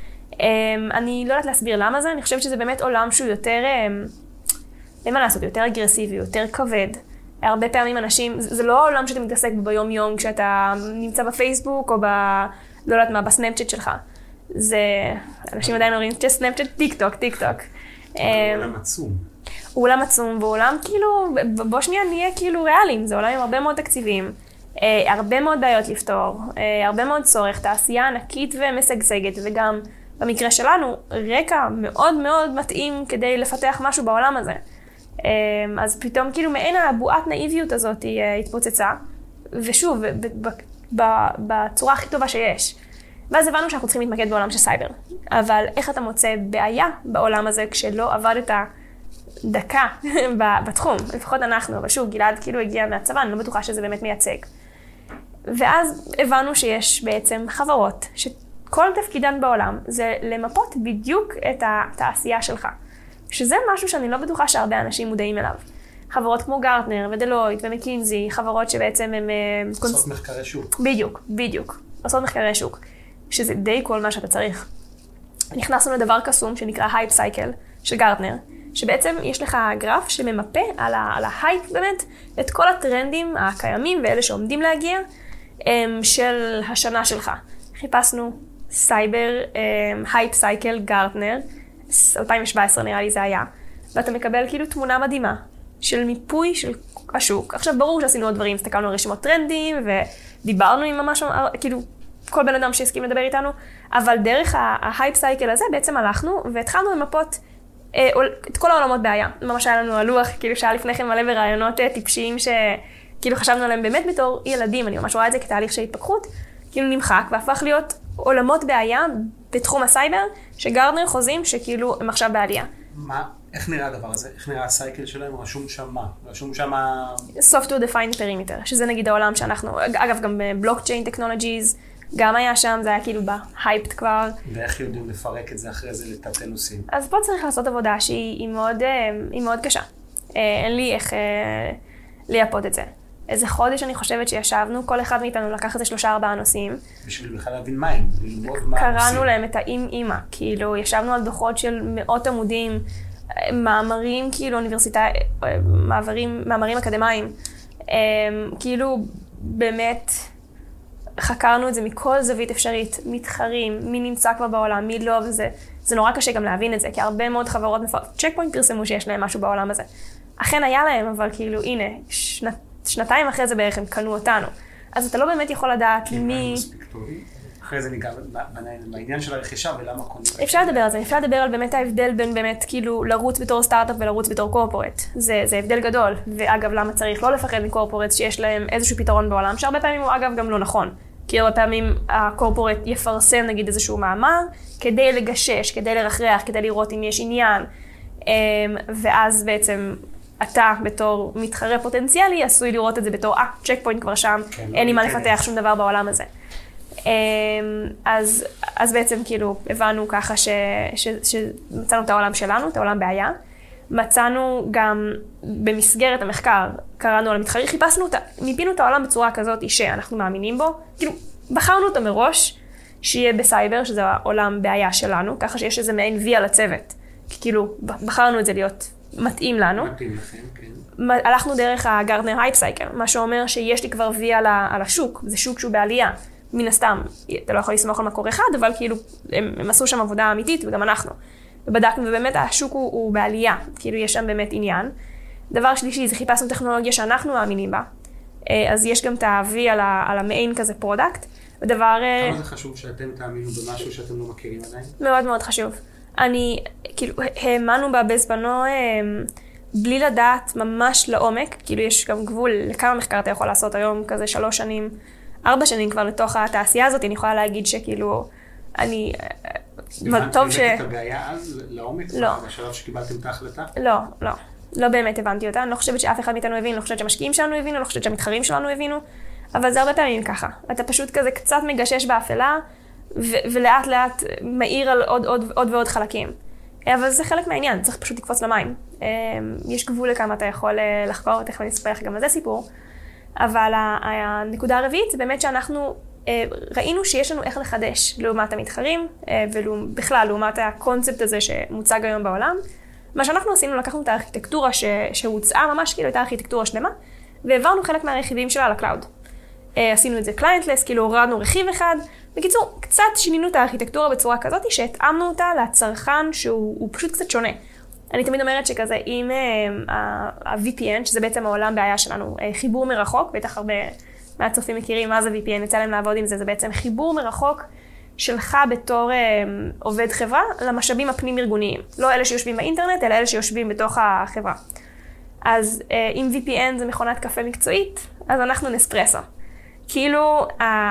אני לא יודעת להסביר למה זה, אני חושבת שזה באמת עולם שהוא יותר, אין מה לעשות, יותר אגרסיבי, יותר כבד. הרבה פעמים אנשים, זה לא העולם שאתה מתעסק בו ביום יום, כשאתה נמצא בפייסבוק או ב... לא יודעת מה, בסנאפצ'אט שלך. זה, אנשים עדיין אומרים, just סנאפצ'אט, טיק טוק, טיק טוק. הוא עולם עצום. הוא עולם עצום, והוא עולם כאילו, בוא שנייה נהיה כאילו ריאליים, זה עולם עם הרבה מאוד תקציבים, הרבה מאוד בעיות לפתור, הרבה מאוד צורך, תעשייה ענקית ומשגשגת, וגם במקרה שלנו, רקע מאוד מאוד מתאים כדי לפתח משהו בעולם הזה. אז פתאום כאילו מעין הבועת נאיביות הזאת היא התפוצצה, ושוב, בצורה הכי טובה שיש. ואז הבנו שאנחנו צריכים להתמקד בעולם של סייבר. אבל איך אתה מוצא בעיה בעולם הזה כשלא עבדת דקה בתחום? לפחות אנחנו, אבל שוב, גלעד כאילו הגיע מהצבא, אני לא בטוחה שזה באמת מייצג. ואז הבנו שיש בעצם חברות, שכל תפקידן בעולם זה למפות בדיוק את התעשייה שלך. שזה משהו שאני לא בטוחה שהרבה אנשים מודעים אליו. חברות כמו גרטנר ודלויט ומקינזי, חברות שבעצם הם... עושות מחקרי שוק. בדיוק, בדיוק. עושות מחקרי שוק. שזה די כל מה שאתה צריך. נכנסנו לדבר קסום שנקרא הייפ סייקל של גרטנר, שבעצם יש לך גרף שממפה על, ה- על ההייפ באמת, את כל הטרנדים הקיימים ואלה שעומדים להגיע של השנה שלך. חיפשנו סייבר, הייפ סייקל גרטנר, אלפיים שבע עשרה נראה לי זה היה, ואתה מקבל כאילו תמונה מדהימה של מיפוי של השוק. עכשיו ברור שעשינו עוד דברים, הסתכלנו על רשימות טרנדים ודיברנו עם ממש, כאילו כל בן אדם שהסכים לדבר איתנו, אבל דרך ההייפ סייקל הזה בעצם הלכנו והתחלנו למפות אה, את כל העולמות בעיה. ממש היה לנו הלוח, כאילו שהיה לפני כן מלא ברעיונות אה, טיפשיים שכאילו חשבנו עליהם באמת בתור ילדים, אני ממש רואה את זה כתהליך של התפתחות, כאילו נמחק והפך להיות עולמות בעיה בתחום הסייבר, שגרטנר חוזים שכאילו הם עכשיו בעלייה. מה, איך נראה הדבר הזה? איך נראה הסייקל שלהם? רשום שם מה? רשום שם... Software Defined Perimeter, שזה נגיד העולם שאנחנו, אגב גם בבלוקצ'יין טכנולוגיז, גם היה שם, זה היה כאילו בהייפט כבר. ואיך יודעים לפרק את זה אחרי זה לתתי נושאים? אז פה צריך לעשות עבודה שהיא מאוד, היא מאוד קשה. אין לי איך לייפות את זה. איזה חודש אני חושבת שישבנו, כל אחד מאיתנו לקח איזה שלושה ארבעה נושאים. בשביל בכלל להבין מה הם, ללמוד מה הם עושים. קראנו להם את האם-אימא, כאילו ישבנו על דוחות של מאות עמודים, מאמרים כאילו אוניברסיטאי, מאמרים, מאמרים אקדמיים. כאילו באמת חקרנו את זה מכל זווית אפשרית, מתחרים, מי נמצא כבר בעולם, מי לא, וזה זה נורא קשה גם להבין את זה, כי הרבה מאוד חברות מפורט, צ'ק פוינט פרסמו שיש להם משהו בעולם הזה. אכן היה להם, אבל כאילו, הנה, שנת, שנתיים אחרי זה בערך הם קנו אותנו. אז אתה לא באמת יכול לדעת מי... אחרי זה ניגע בעניין של הרכישה ולמה קונים. אפשר לדבר על זה, אפשר לדבר על באמת ההבדל בין באמת כאילו לרוץ בתור סטארט-אפ ולרוץ בתור קורפורט. זה, זה הבדל גדול. ואגב, למה צריך לא לפחד מקורפורט שיש להם איזשהו פתרון בעולם, שהרבה פעמים הוא אגב גם לא נכון. כי הרבה פעמים הקורפורט יפרסם נגיד איזשהו מאמר, כדי לגשש, כדי לרחרח, כדי לראות אם יש עניין. ואז בעצם אתה בתור מתחרה פוטנציאלי עשוי לראות את זה בתור, אה, צ'ק פוינט כבר שם, אין לי מה לפתח שום דבר בעולם הזה. אז, אז בעצם כאילו הבנו ככה ש, ש, שמצאנו את העולם שלנו, את העולם בעיה. מצאנו גם במסגרת המחקר, קראנו על המתחרים, חיפשנו אותה, מיפינו את העולם בצורה כזאת שאנחנו מאמינים בו, כאילו בחרנו אותו מראש שיהיה בסייבר, שזה העולם בעיה שלנו, ככה שיש איזה מעין וי על הצוות, כי כאילו בחרנו את זה להיות מתאים לנו. מתאים לכם, כן. הלכנו דרך הגרטנר הייפ סייקל, מה שאומר שיש לי כבר וי על, על השוק, זה שוק שהוא בעלייה. מן הסתם, אתה לא יכול לסמוך על מקור אחד, אבל כאילו הם, הם עשו שם עבודה אמיתית וגם אנחנו. ובדקנו, ובאמת השוק הוא, הוא בעלייה, כאילו יש שם באמת עניין. דבר שלישי, זה חיפשנו טכנולוגיה שאנחנו מאמינים בה, אז יש גם את ה-V על, ה, על המעין כזה פרודקט. ודבר... כמה זה חשוב שאתם תאמינו במשהו שאתם לא מכירים עדיין? מאוד מאוד חשוב. אני, כאילו, האמנו בה בזמנו, בלי לדעת ממש לעומק, כאילו יש גם גבול לכמה מחקר אתה יכול לעשות היום, כזה שלוש שנים, ארבע שנים כבר לתוך התעשייה הזאת, אני יכולה להגיד שכאילו, אני... טוב ש... הבנת את הבעיה אז לעומק? לא. בשלב שקיבלתם את ההחלטה? לא, לא. לא באמת הבנתי אותה. אני לא חושבת שאף אחד מאיתנו הבין, לא חושבת שהמשקיעים שלנו הבינו, לא חושבת שהמתחרים שלנו הבינו, אבל זה הרבה פעמים ככה. אתה פשוט כזה קצת מגשש באפלה, ו- ולאט לאט מאיר על עוד, עוד, עוד ועוד חלקים. אבל זה חלק מהעניין, צריך פשוט לקפוץ למים. יש גבול לכמה אתה יכול לחקור, תכף אני אספר לך גם על זה סיפור. אבל הנקודה הרביעית זה באמת שאנחנו ראינו שיש לנו איך לחדש לעומת המתחרים, ובכלל לעומת הקונספט הזה שמוצג היום בעולם. מה שאנחנו עשינו, לקחנו את הארכיטקטורה שהוצאה ממש, כאילו הייתה ארכיטקטורה שלמה, והעברנו חלק מהרכיבים שלה לקלאוד. עשינו את זה קליינטלס, כאילו הורדנו רכיב אחד. בקיצור, קצת שינינו את הארכיטקטורה בצורה כזאת, שהתאמנו אותה לצרכן שהוא פשוט קצת שונה. אני תמיד אומרת שכזה, אם ה-וי פי אן, שזה בעצם העולם בעיה שלנו, חיבור מרחוק, בטח הרבה מהצופים מכירים מה זה וי פי אן, יצא להם לעבוד עם זה, זה בעצם חיבור מרחוק שלך בתור עובד חברה למשאבים הפנים-ארגוניים. לא אלה שיושבים באינטרנט, אלא אלה שיושבים בתוך החברה. אז אם וי פי אן זה מכונת קפה מקצועית, אז אנחנו נספרסו. כאילו,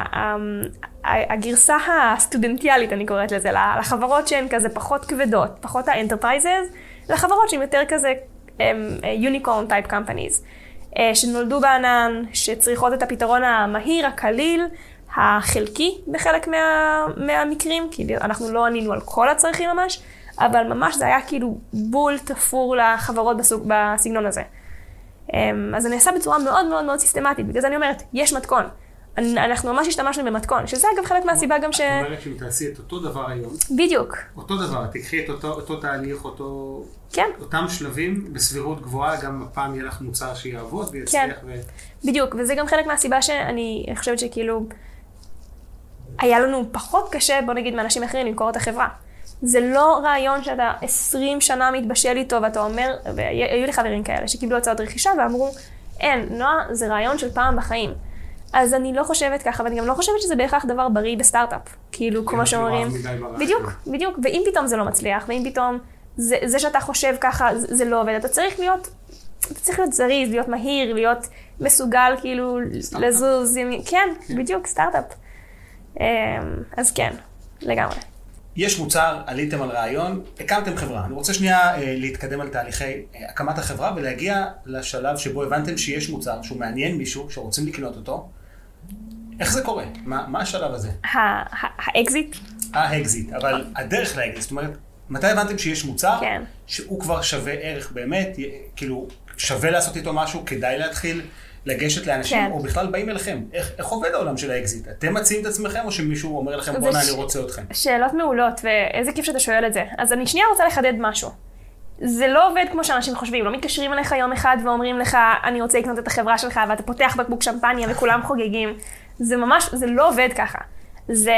הגרסה הסטודנטיאלית, אני קוראת לזה, לחברות שהן כזה פחות כבדות, פחות האנטרפרייזס, לחברות שהן יותר כזה יוניקורן טייפ קמפניז, שנולדו בענן, שצריכות את הפתרון המהיר, הקליל, החלקי בחלק מה, מהמקרים, כי אנחנו לא ענינו על כל הצרכים ממש, אבל ממש זה היה כאילו בול תפור לחברות בסוג, בסגנון הזה. אז זה נעשה בצורה מאוד מאוד מאוד סיסטמטית, בגלל זה אני אומרת, יש מתכון. אנחנו ממש השתמשנו במתכון, שזה אגב חלק מהסיבה גם ש... את אומרת שאם תעשי את אותו דבר היום... בדיוק. אותו דבר, תקחי את אותו, אותו תהליך, אותו... כן. אותם שלבים בסבירות גבוהה, גם הפעם יהיה לך מוצר שיעבוד ויצליח כן. ו... בדיוק, וזה גם חלק מהסיבה שאני חושבת שכאילו... היה לנו פחות קשה, בוא נגיד, מאנשים אחרים למכור את החברה. זה לא רעיון שאתה עשרים שנה מתבשל איתו, ואתה אומר, והיו לי חברים כאלה שקיבלו הצעות רכישה ואמרו, אין, נועה, זה רעיון של פעם בחיים. אז אני לא חושבת ככה, ואני גם לא חושבת שזה בהכרח דבר בריא בסטארט-אפ. כאילו, כמו שאומרים, בדיוק, בדיוק, ואם פתאום זה לא מצליח, ואם פתאום זה, זה שאתה חושב ככה, זה, זה לא עובד, אתה צריך להיות, אתה צריך להיות זריז, להיות מהיר, להיות מסוגל, כאילו, לזוז, כן, בדיוק, סטארט-אפ. אז כן, לגמרי. יש מוצר, עליתם על רעיון, הקמתם חברה. אני רוצה שנייה אה, להתקדם על תהליכי אה, הקמת החברה ולהגיע לשלב שבו הבנתם שיש מוצר שהוא מעניין מישהו, שרוצים לקנות אותו. איך זה קורה? מה, מה השלב הזה? האקזיט? האקזיט, אבל הדרך לאקזיט, זאת אומרת, מתי הבנתם שיש מוצר כן. שהוא כבר שווה ערך באמת, כאילו שווה לעשות איתו משהו, כדאי להתחיל לגשת לאנשים, כן. או בכלל באים אליכם. איך, איך עובד העולם של האקזיט? אתם מציעים את עצמכם, או שמישהו אומר לכם, בוא'נה, ש... אני רוצה אתכם? שאלות מעולות, ואיזה כיף שאתה שואל את זה. אז אני שנייה רוצה לחדד משהו. זה לא עובד כמו שאנשים חושבים, לא מתקשרים אליך יום אחד ואומרים לך, אני רוצה לקנות את החברה שלך, ואתה פותח בקבוק שמפניה וכולם חוגגים. זה ממש, זה לא עובד ככה. זה,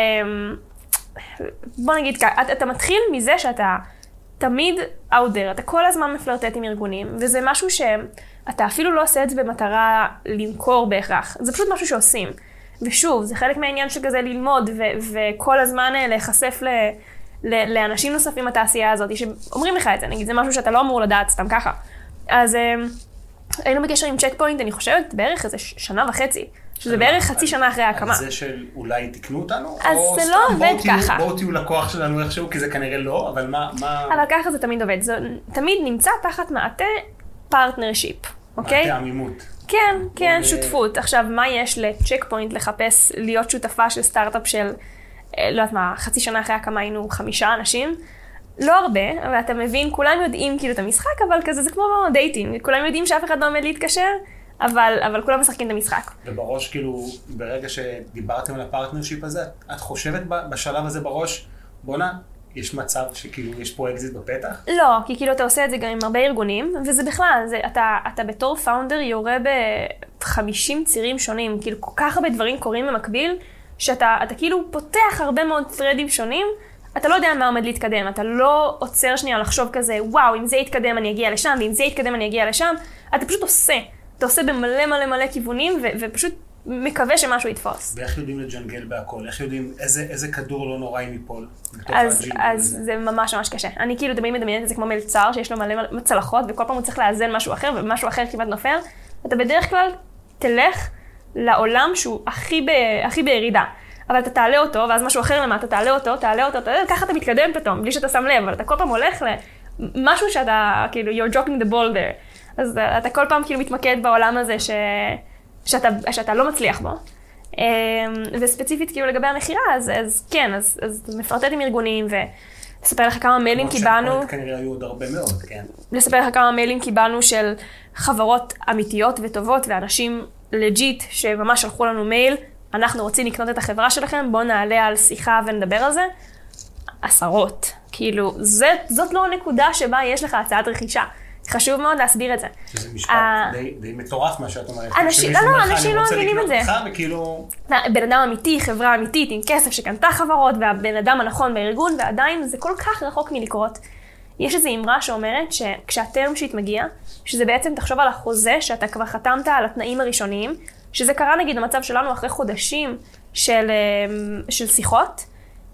בוא נגיד ככה, אתה, אתה מתחיל מזה שאתה תמיד out there, אתה כל הזמן מפלרטט עם ארגונים, וזה משהו שאתה אפילו לא עושה את זה במטרה למכור בהכרח, זה פשוט משהו שעושים. ושוב, זה חלק מהעניין של כזה ללמוד, ו- וכל הזמן להיחשף ל- ל- לאנשים נוספים בתעשייה הזאת, שאומרים לך את זה, נגיד, זה משהו שאתה לא אמור לדעת סתם ככה. אז היינו בקשר עם צ'ק פוינט, אני חושבת, בערך איזה שנה וחצי, שזה בערך חצי שנה אחרי ההקמה. על זה של אולי תקנו אותנו? אז זה לא עובד ככה. בואו תהיו לקוח שלנו איכשהו, כי זה כנראה לא, אבל מה... אבל ככה זה תמיד עובד, זה תמיד נמצא תחת מעטה פרטנרשיפ, אוקיי? מעטה עמימות. כן, כן, שותפות. עכשיו, מה יש לצ'ק פוינט לחפש להיות שותפה של סטארט-אפ של, לא יודעת מה, חצי שנה אחרי ההקמה היינו חמישה אנשים? לא הרבה, אבל אתה מבין, כולם יודעים כאילו את המשחק, אבל כזה זה כמו דייטינג, כולם יודעים שאף אחד לא עומד להתקשר, אבל, אבל כולם משחקים את המשחק. ובראש, כאילו, ברגע שדיברתם על הפרטנרשיפ הזה, את חושבת בשלב הזה בראש, בונה, יש מצב שכאילו יש פה אקזיט בפתח? לא, כי כאילו אתה עושה את זה גם עם הרבה ארגונים, וזה בכלל, זה, אתה, אתה בתור פאונדר יורה ב-חמישים צירים שונים, כאילו כל כך הרבה דברים קורים במקביל, שאתה אתה כאילו פותח הרבה מאוד ת'רדים שונים, אתה לא יודע מה עומד להתקדם, אתה לא עוצר שנייה לחשוב כזה, וואו, אם זה יתקדם אני אגיע לשם, ואם זה יתקדם אני אגיע לשם, אתה פשוט עושה, אתה עושה במלא מלא מלא כיוונים, ו- ופשוט מקווה שמשהו יתפוס. ואיך יודעים לג'נגל בהכל? איך יודעים איזה, איזה כדור לא נורא אם ייפול? אז, אז זה ממש ממש קשה. אני כאילו תמיד מדמיינת את זה כמו מלצר, שיש לו מלא מלא צלחות, וכל פעם הוא צריך לאזן משהו אחר, ומשהו אחר כמעט נופל. אתה בדרך כלל תלך לעולם שהוא הכי, ב, הכי בירידה. אבל אתה תעלה אותו, ואז משהו אחר למטה, תעלה אותו, תעלה אותו, תעלה, ככה אתה מתקדם פתאום, בלי שאתה שם לב, אבל אתה כל פעם הולך למשהו שאתה, כאילו, you're joking the ball there. אז אתה כל פעם כאילו מתמקד בעולם הזה ש... שאתה, שאתה לא מצליח בו. וספציפית כאילו לגבי המחירה, אז, אז כן, אז, אז מפרטט עם ארגונים ולספר לך כמה מיילים קיבלנו. כנראה היו עוד הרבה מאוד, כן. לספר לך כמה מיילים קיבלנו של חברות אמיתיות וטובות ואנשים לג'יט שממש שלחו לנו מייל, אנחנו רוצים לקנות את החברה שלכם, בואו נעלה על שיחה ונדבר על זה. עשרות. כאילו, זה, זאת לא הנקודה שבה יש לך הצעת רכישה. חשוב מאוד להסביר את זה. שזה משפט די, די מטורף מה שאת אומרת. אנשים, לא, לא, אנשים לא מבינים את זה. וכאילו... בן אדם אמיתי, חברה אמיתית, עם כסף שקנתה חברות, והבן אדם הנכון בארגון, ועדיין זה כל כך רחוק מלקרות. יש איזו אמרה שאומרת שכשהטרם שיט מגיע, שזה בעצם תחשוב על החוזה שאתה כבר חתמת על התנאים הראשוניים, שזה קרה נגיד במצב שלנו אחרי חודשים של, של שיחות,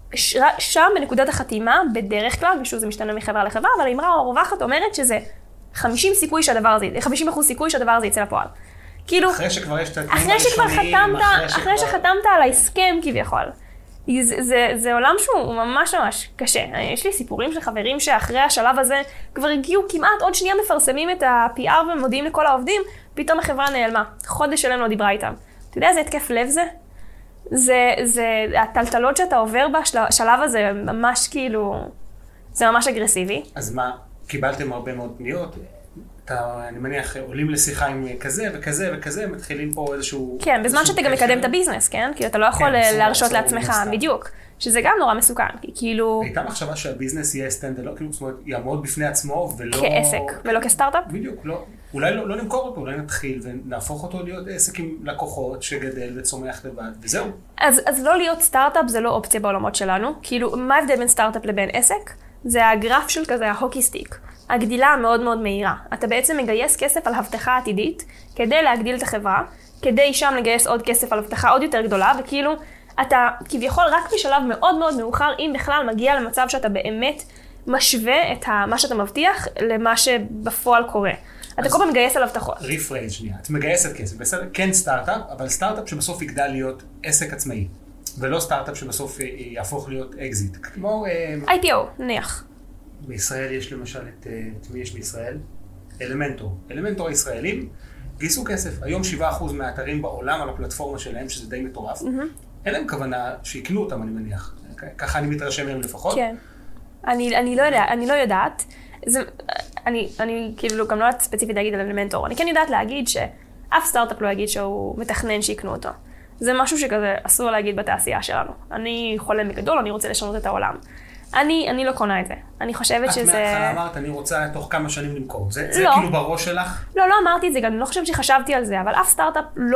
שם בנקודת החתימה, בדרך כלל, ושוב זה משתנה מחברה לחברה, אבל האמרה הרווחת אומרת שזה חמישים סיכוי שהדבר הזה, חמישים אחוז סיכוי שהדבר הזה יצא לפועל. כאילו, אחרי שכבר יש את התנאים אחרי שכבר חתמת, אחרי שחתמת על ההסכם כביכול. זה, זה, זה עולם שהוא ממש ממש קשה. יש לי סיפורים של חברים שאחרי השלב הזה כבר הגיעו כמעט עוד שנייה מפרסמים את ה-פי אר ומודיעים לכל העובדים, פתאום החברה נעלמה. חודש שלנו לא דיברה איתם. אתה יודע איזה התקף לב זה? זה, זה, הטלטלות שאתה עובר בשלב הזה ממש כאילו, זה ממש אגרסיבי. אז מה, קיבלתם הרבה מאוד פניות? אתה, אני מניח, עולים לשיחה עם כזה וכזה וכזה, מתחילים פה איזשהו... כן, בזמן שאתה גם מקדם את הביזנס, כן? כי אתה לא יכול להרשות לעצמך בדיוק. שזה גם נורא מסוכן, כי-כאילו... הייתה מחשבה שהביזנס יהיה סטנד-אלון, כאילו, זאת אומרת, יעמוד בפני עצמו ולא... כעסק, ולא כסטארט-אפ? בדיוק, לא. אולי לא, לא למכור אותו, אולי נתחיל ונהפוך אותו להיות עסק עם לקוחות שגדל וצומח לבד, וזהו. אז, אז לא להיות סטארט-אפ זה לא אופציה בעולמות שלנו. כאילו, מה ההבדל בין סטארט-אפ לבין עסק? זה הגרף של כזה, ההוקי סטיק. הגדילה המאוד מאוד מהירה. אתה בעצם מגייס כסף על הבטחה עתידית, כדי להגדיל את החברה, כדי שם לגייס עוד כסף על הבטחה עוד יותר גדולה, וכאילו, אתה כביכול רק בשלב מאוד מאוד מאוחר, אם בכלל מגיע למצב שאתה באמת משווה את מה שאתה מבטיח למה שבפועל קורה. אתה כל פעם מגייס על הבטחות. ריפרייז שנייה, את מגייסת כסף, בסדר? כן סטארט-אפ, אבל סטארט-אפ שבסוף יגדל להיות עסק עצמאי, ולא סטארט-אפ שבסוף יהפוך להיות אקזיט. כמו... איי פי או, נניח. בישראל יש למשל את, את מי יש בישראל? אלמנטור. אלמנטור הישראלים גייסו כסף. היום שבעה אחוז מהאתרים בעולם על הפלטפורמה שלהם, שזה די מטורף. אין להם כוונה שיקנו אותם, אני מניח. ככה אני מתרשם מהם לפחות. כן. אני, אני לא יודע, אני לא יודעת. זה, אני, אני כאילו גם לא יודעת ספציפית להגיד על אלמנטור. אני כן יודעת להגיד שאף סטארט-אפ לא יגיד שהוא מתכנן שיקנו אותו. זה משהו שכזה אסור להגיד בתעשייה שלנו. אני חולם בגדול, אני רוצה לשנות את העולם. אני, אני לא קונה את זה. אני חושבת שזה... את מהתחלה אמרת, אני רוצה תוך כמה שנים למכור. זה, לא. זה כאילו בראש שלך? לא, לא אמרתי את זה, גם אני לא חושבת שחשבתי על זה, אבל אף סטארט-אפ לא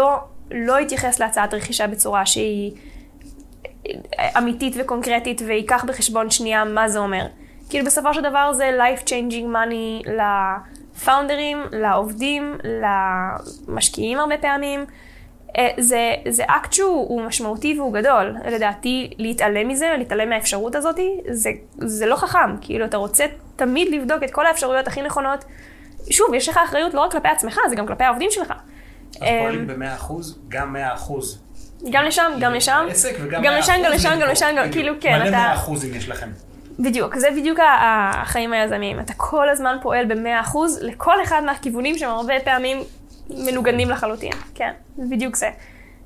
לא יתייחס להצעת רכישה בצורה שהיא אמיתית וקונקרטית, ויקח בחשבון שנייה מה זה אומר. כאילו בסופו של דבר זה life changing money לפאונדרים, לעובדים, למשקיעים הרבה פעמים. זה, זה אקט שהוא משמעותי והוא גדול. לדעתי, להתעלם מזה, להתעלם מהאפשרות הזאת, זה, זה לא חכם. כאילו, אתה רוצה תמיד לבדוק את כל האפשרויות הכי נכונות. שוב, יש לך אחריות לא רק כלפי עצמך, זה גם כלפי העובדים שלך. אז פועלים ב-מאה אחוז, גם מאה אחוז. גם לשם, גם לשם. גם לשם, גם לשם, גם לשם, כאילו, כן, אתה... מלא מאה אחוז אם יש לכם. בדיוק, זה בדיוק החיים היזמיים. אתה כל הזמן פועל ב-מאה אחוז לכל אחד מהכיוונים שהם הרבה פעמים מנוגנים לחלוטין. כן, זה בדיוק זה.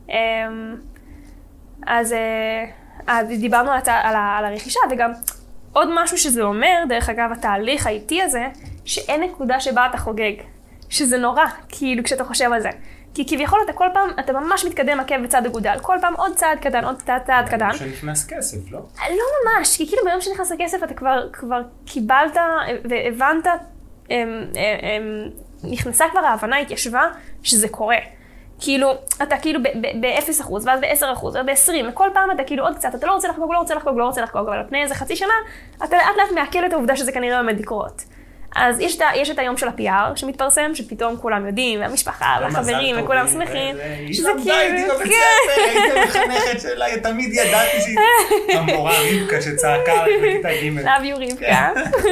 אז, אז דיברנו על, על, על הרכישה, וגם עוד משהו שזה אומר, דרך אגב, התהליך האיטי הזה, שאין נקודה שבה אתה חוגג. שזה נורא, כאילו, כשאתה חושב על זה. כי כביכול אתה כל פעם, אתה ממש מתקדם עקב בצד אגודל. כל פעם עוד צעד קטן, עוד צעד, צעד קטן. שנכנס כסף, לא? לא ממש, כי כאילו ביום שנכנס הכסף אתה כבר, כבר קיבלת והבנת, הם, הם, הם, נכנסה כבר ההבנה, התיישבה, שזה קורה. כאילו, אתה כאילו ב-אפס אחוז, ואז ב-עשרה אחוז, ואז ב-עשרים, וכל פעם אתה כאילו עוד קצת, אתה לא רוצה לחגוג, לא רוצה לחגוג, לא רוצה לחגוג, אבל על פני איזה חצי שנה, אתה לאט לאט מעכל את העובדה שזה כנראה עומד לקרות. אז יש, יש את היום של ה-פי אר שמתפרסם, שפתאום כולם יודעים, והמשפחה והחברים וכולם שמחים. שזה כאילו, כן. הייתי מחנכת שלה, תמיד ידעתי שהיא המורה רבקה שצעקה בכיתה ג'. love you רבקה.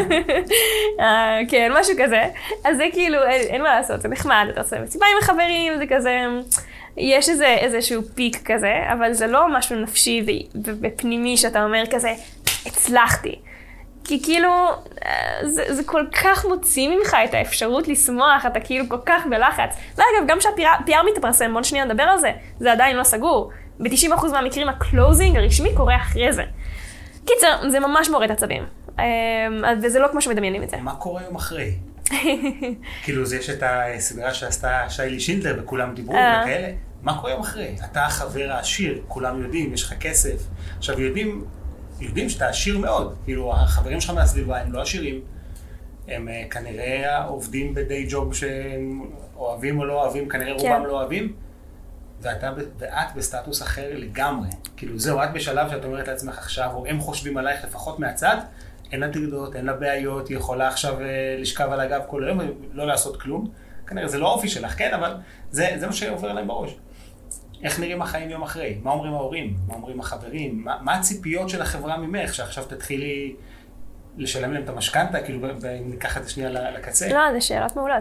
כן, משהו כזה. אז זה כאילו, אין מה לעשות, זה נחמד, אתה עושה מסיבה עם החברים, זה כזה, יש איזשהו פיק כזה, אבל זה לא משהו נפשי ופנימי שאתה אומר כזה, הצלחתי. כי כאילו, זה, זה כל כך מוציא ממך את האפשרות לשמוח, אתה כאילו כל כך בלחץ. ואגב, גם שהפי אר מתפרסם, בוא שנייה נדבר על זה, זה עדיין לא סגור. ב-תשעים אחוז מהמקרים הקלוזינג הרשמי קורה אחרי זה. קיצר, זה ממש מורד עצבים. וזה לא כמו שמדמיינים את זה. מה קורה יום אחרי? כאילו, יש את הסדרה שעשתה שיילי שינדלר, וכולם דיברו וכאלה. מה קורה יום אחרי? אתה החבר העשיר, כולם יודעים, יש לך כסף. עכשיו, יודעים... יודעים שאתה עשיר מאוד, כאילו החברים שלך מהסביבה הם לא עשירים, הם uh, כנראה עובדים בדי ג'וב שהם אוהבים או לא אוהבים, כנראה כן. רובם לא אוהבים, ואתה, ואת בסטטוס אחר לגמרי. כאילו זהו, את בשלב שאת אומרת לעצמך עכשיו, או הם חושבים עלייך לפחות מהצד, אין לה תגדות, אין לה בעיות, היא יכולה עכשיו uh, לשכב על הגב כל היום ולא לעשות כלום. כנראה זה לא אופי שלך, כן, אבל זה, זה מה שעובר עליהם בראש. איך נראים החיים יום אחרי? מה אומרים ההורים? מה אומרים החברים? מה, מה הציפיות של החברה ממך? שעכשיו תתחילי לשלם להם את המשכנתה, כאילו ניקח את זה שנייה לקצה. לא, זה שאלות מעולות.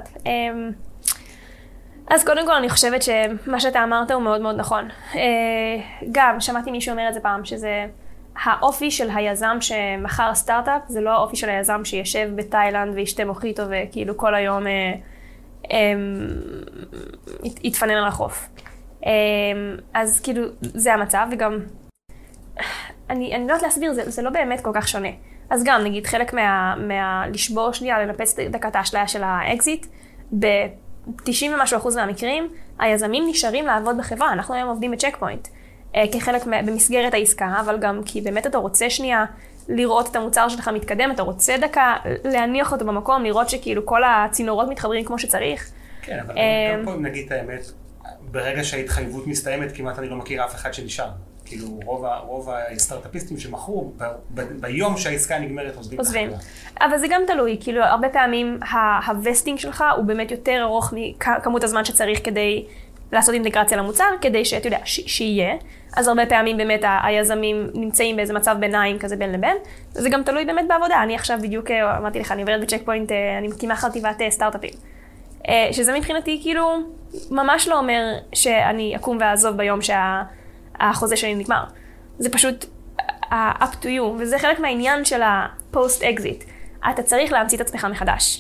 אז קודם כל אני חושבת שמה שאתה אמרת הוא מאוד מאוד נכון. גם שמעתי מישהו אומר את זה פעם, שזה האופי של היזם שמחר סטארט-אפ, זה לא האופי של היזם שישב בתאילנד וישתה מוחיטו וכאילו כל היום יתפנן על החוף. אז כאילו זה המצב, וגם אני, אני לא יודעת להסביר, זה, זה לא באמת כל כך שונה. אז גם נגיד חלק מה, מה לשבור שנייה, לנפץ דקת האשליה של האקזיט, ב-תשעים ומשהו אחוז מהמקרים, היזמים נשארים לעבוד בחברה. אנחנו היום עובדים בצ'ק פוינט, כחלק במסגרת העסקה, אבל גם כי באמת אתה רוצה שנייה לראות את המוצר שלך מתקדם, אתה רוצה דקה להניח אותו במקום, לראות שכאילו כל הצינורות מתחברים כמו שצריך. כן, אבל גם פה אם נגיד את האמת, ברגע שההתחייבות מסתיימת, כמעט אני לא מכיר אף אחד שנשאר. כאילו, רוב, רוב הסטארט-אפיסטים שמכרו, ב, ב, ביום שהעסקה נגמרת, עוזבים. עוזבים. אבל זה גם תלוי, כאילו, הרבה פעמים הווסטינג שלך הוא באמת יותר ארוך מכמות הזמן שצריך כדי לעשות אינטגרציה למוצר, כדי שאתה יודע, ש, שיהיה. אז הרבה פעמים באמת היזמים נמצאים באיזה מצב ביניים כזה בין לבין. זה גם תלוי באמת בעבודה. אני עכשיו בדיוק, אמרתי לך, אני עוברת בצ'ק פוינט, אני מקימה חטיבת סטארט-אפים. שזה מבחינתי כאילו ממש לא אומר שאני אקום ואעזוב ביום שהחוזה שלי נגמר. זה פשוט up to you, וזה חלק מהעניין של ה-post-exit. אתה צריך להמציא את עצמך מחדש.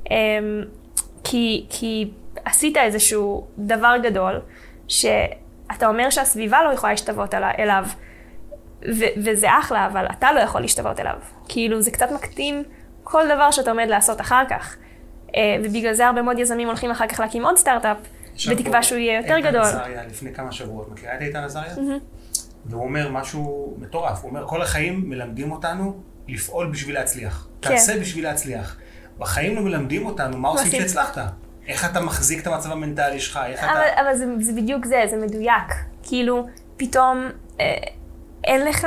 כי, כי עשית איזשהו דבר גדול, שאתה אומר שהסביבה לא יכולה להשתוות אליו, ו- וזה אחלה, אבל אתה לא יכול להשתוות אליו. כאילו זה קצת מקטין כל דבר שאתה עומד לעשות אחר כך. ובגלל זה הרבה מאוד יזמים הולכים אחר כך להקים עוד סטארט-אפ, בתקווה שהוא יהיה יותר גדול. איתן עזריה לפני כמה שבועות, מכירה את איתן עזריה? והוא אומר משהו מטורף, הוא אומר, כל החיים מלמדים אותנו לפעול בשביל להצליח. תעשה בשביל להצליח. בחיים לא מלמדים אותנו מה עושים שהצלחת. איך אתה מחזיק את המצב המנטלי שלך? איך אבל, אתה... אבל זה, זה בדיוק זה, זה מדויק. כאילו, פתאום אה, אין לך...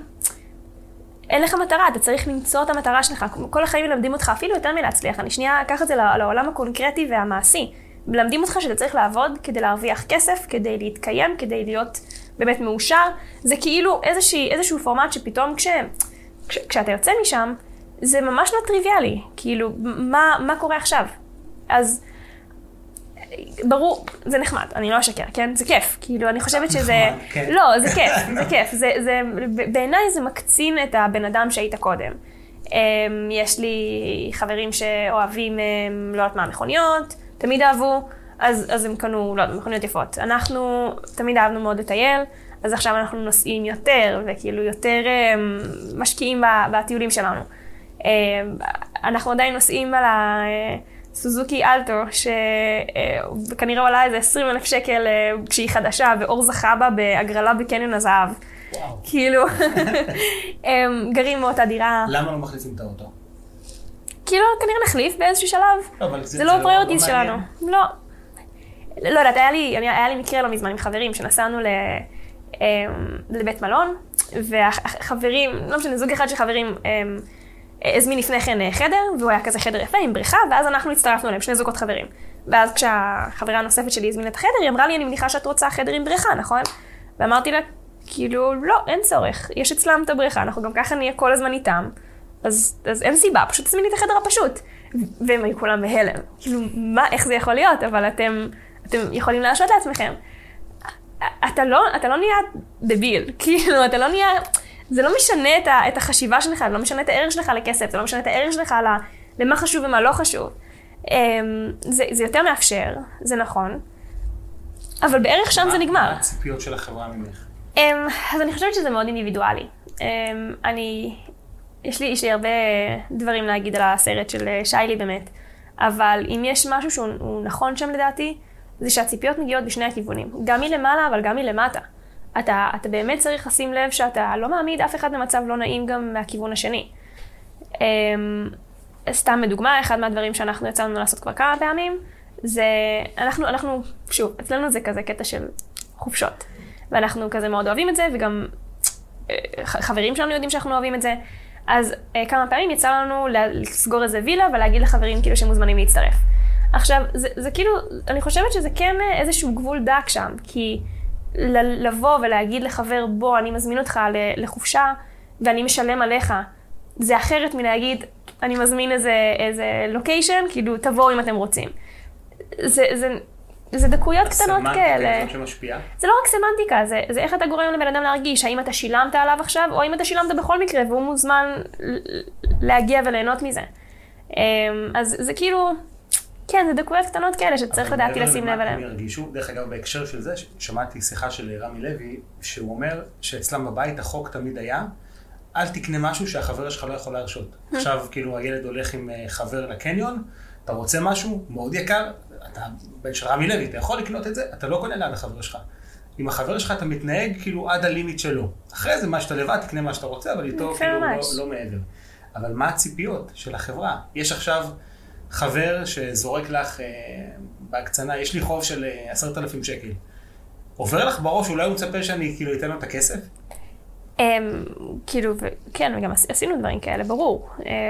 אין לך מטרה, אתה צריך למצוא את המטרה שלך. כל החיים מלמדים אותך, אפילו יותר מלהצליח. אני שנייה אקח את זה לעולם הקונקרטי והמעשי. מלמדים אותך שאתה צריך לעבוד כדי להרוויח כסף, כדי להתקיים, כדי להיות באמת מאושר. זה כאילו איזושהי, איזשהו פורמט שפתאום כש, כש, כשאתה יוצא משם, זה ממש לא טריוויאלי. כאילו, מה, מה קורה עכשיו? אז ברור, זה נחמד, אני לא אשקר, כן? זה כיף. כאילו, אני חושבת שזה... נחמד, כן. לא, זה כיף, זה כיף. זה, זה, בעיניי זה מקצין את הבן אדם שהיית קודם. יש לי חברים שאוהבים, לא יודעת מה, מכוניות, תמיד אהבו, אז, אז הם קנו, לא יודעת, מכוניות יפות. אנחנו תמיד אהבנו מאוד לטייל, אז עכשיו אנחנו נוסעים יותר, וכאילו יותר משקיעים בטיולים שלנו. אנחנו עדיין נוסעים על הסוזוקי אלטו, שכנראה עולה איזה עשרים אלף שקל כשהיא חדשה, ואור זכה בה בהגרלה בקניון הזהב. וואו. כאילו, גרים מאותה דירה. למה לא מחליפים את האוטו? כאילו, כנראה נחליף באיזשהו שלב. לא, אבל זה, זה זה לא לא פריוריטיז מעניין. שלנו. לא. לא יודעת, היה לי, היה לי מקרה לא מזמן עם חברים, שנסענו ל, לבית מלון, והחברים, לא משנה, זוג אחד של חברים, הזמין לפני כן חדר, והוא היה כזה חדר יפה עם בריכה, ואז אנחנו הצטרפנו אליהם, שני זוגות חברים. ואז כשהחברה הנוספת שלי הזמינה את החדר, היא אמרה לי, אני מניחה שאת רוצה חדר עם בריכה, נכון? ואמרתי לה, כאילו, לא, אין צורך, יש אצלם את הבריכה, אנחנו גם ככה נהיה כל הזמן איתם, אז, אז אין סיבה, פשוט תזמיני את החדר הפשוט. והם היו כולם בהלם. כאילו, מה, איך זה יכול להיות? אבל אתם, אתם יכולים להרשות לעצמכם. אתה לא, אתה לא נהיה דביל, כאילו, אתה לא נהיה, זה לא משנה את, ה, את החשיבה שלך, זה לא משנה את הערך שלך לכסף, זה לא משנה את הערך שלך למה חשוב ומה לא חשוב. זה, זה יותר מאפשר, זה נכון, אבל בערך שם זה נגמר. מה הציפיות של החברה ממך? אז אני חושבת שזה מאוד אינדיבידואלי. אני, יש לי, יש לי הרבה דברים להגיד על הסרט של שיילי באמת, אבל אם יש משהו שהוא נכון שם לדעתי, זה שהציפיות מגיעות בשני הכיוונים, גם מלמעלה אבל גם מלמטה. אתה, אתה באמת צריך לשים לב שאתה לא מעמיד אף אחד במצב לא נעים גם מהכיוון השני. סתם מדוגמה, אחד מהדברים שאנחנו יצאנו לעשות כבר כמה פעמים, זה, אנחנו, אנחנו, שוב, אצלנו זה כזה קטע של חופשות. ואנחנו כזה מאוד אוהבים את זה, וגם חברים שלנו יודעים שאנחנו אוהבים את זה. אז כמה פעמים יצא לנו לסגור איזה וילה, ולהגיד לחברים כאילו שמוזמנים להצטרף. עכשיו, זה, זה כאילו, אני חושבת שזה כן איזשהו גבול דק שם, כי לבוא ולהגיד לחבר, בוא, אני מזמין אותך לחופשה, ואני משלם עליך, זה אחרת מלהגיד, אני מזמין איזה, איזה לוקיישן, כאילו, תבואו אם אתם רוצים. זה, זה, זה דקויות קטנות כאלה. הסמנטיקה שמשפיעה? זה לא רק סמנטיקה, זה, זה איך אתה גורם לבן אדם להרגיש, האם אתה שילמת עליו עכשיו, או האם אתה שילמת בכל מקרה, והוא מוזמן להגיע וליהנות מזה. אז זה כאילו, כן, זה דקויות קטנות כאלה שצריך לדעתי לשים לב עליהם. הם ירגישו, דרך אגב, בהקשר של זה, שמעתי שיחה של רמי לוי, שהוא אומר שאצלם בבית החוק תמיד היה, אל תקנה משהו שהחבר שלך לא יכול להרשות. עכשיו, כאילו, הילד הולך עם חבר לקניון, אתה רוצה משהו מאוד יקר, אתה בן של רמי לוי, אתה יכול לקנות את זה, אתה לא קונה ליד החבר שלך. עם החבר שלך אתה מתנהג כאילו עד הלימיט שלו. אחרי זה, מה שאתה לבד, תקנה מה שאתה רוצה, אבל איתו כאילו לא, לא מעבר. אבל מה הציפיות של החברה? יש עכשיו חבר שזורק לך אה, בהקצנה, יש לי חוב של עשרת אלפים שקל. עובר לך בראש, אולי הוא מצפה שאני כאילו אתן לו את הכסף? כאילו, כן, וגם עשינו דברים כאלה, ברור.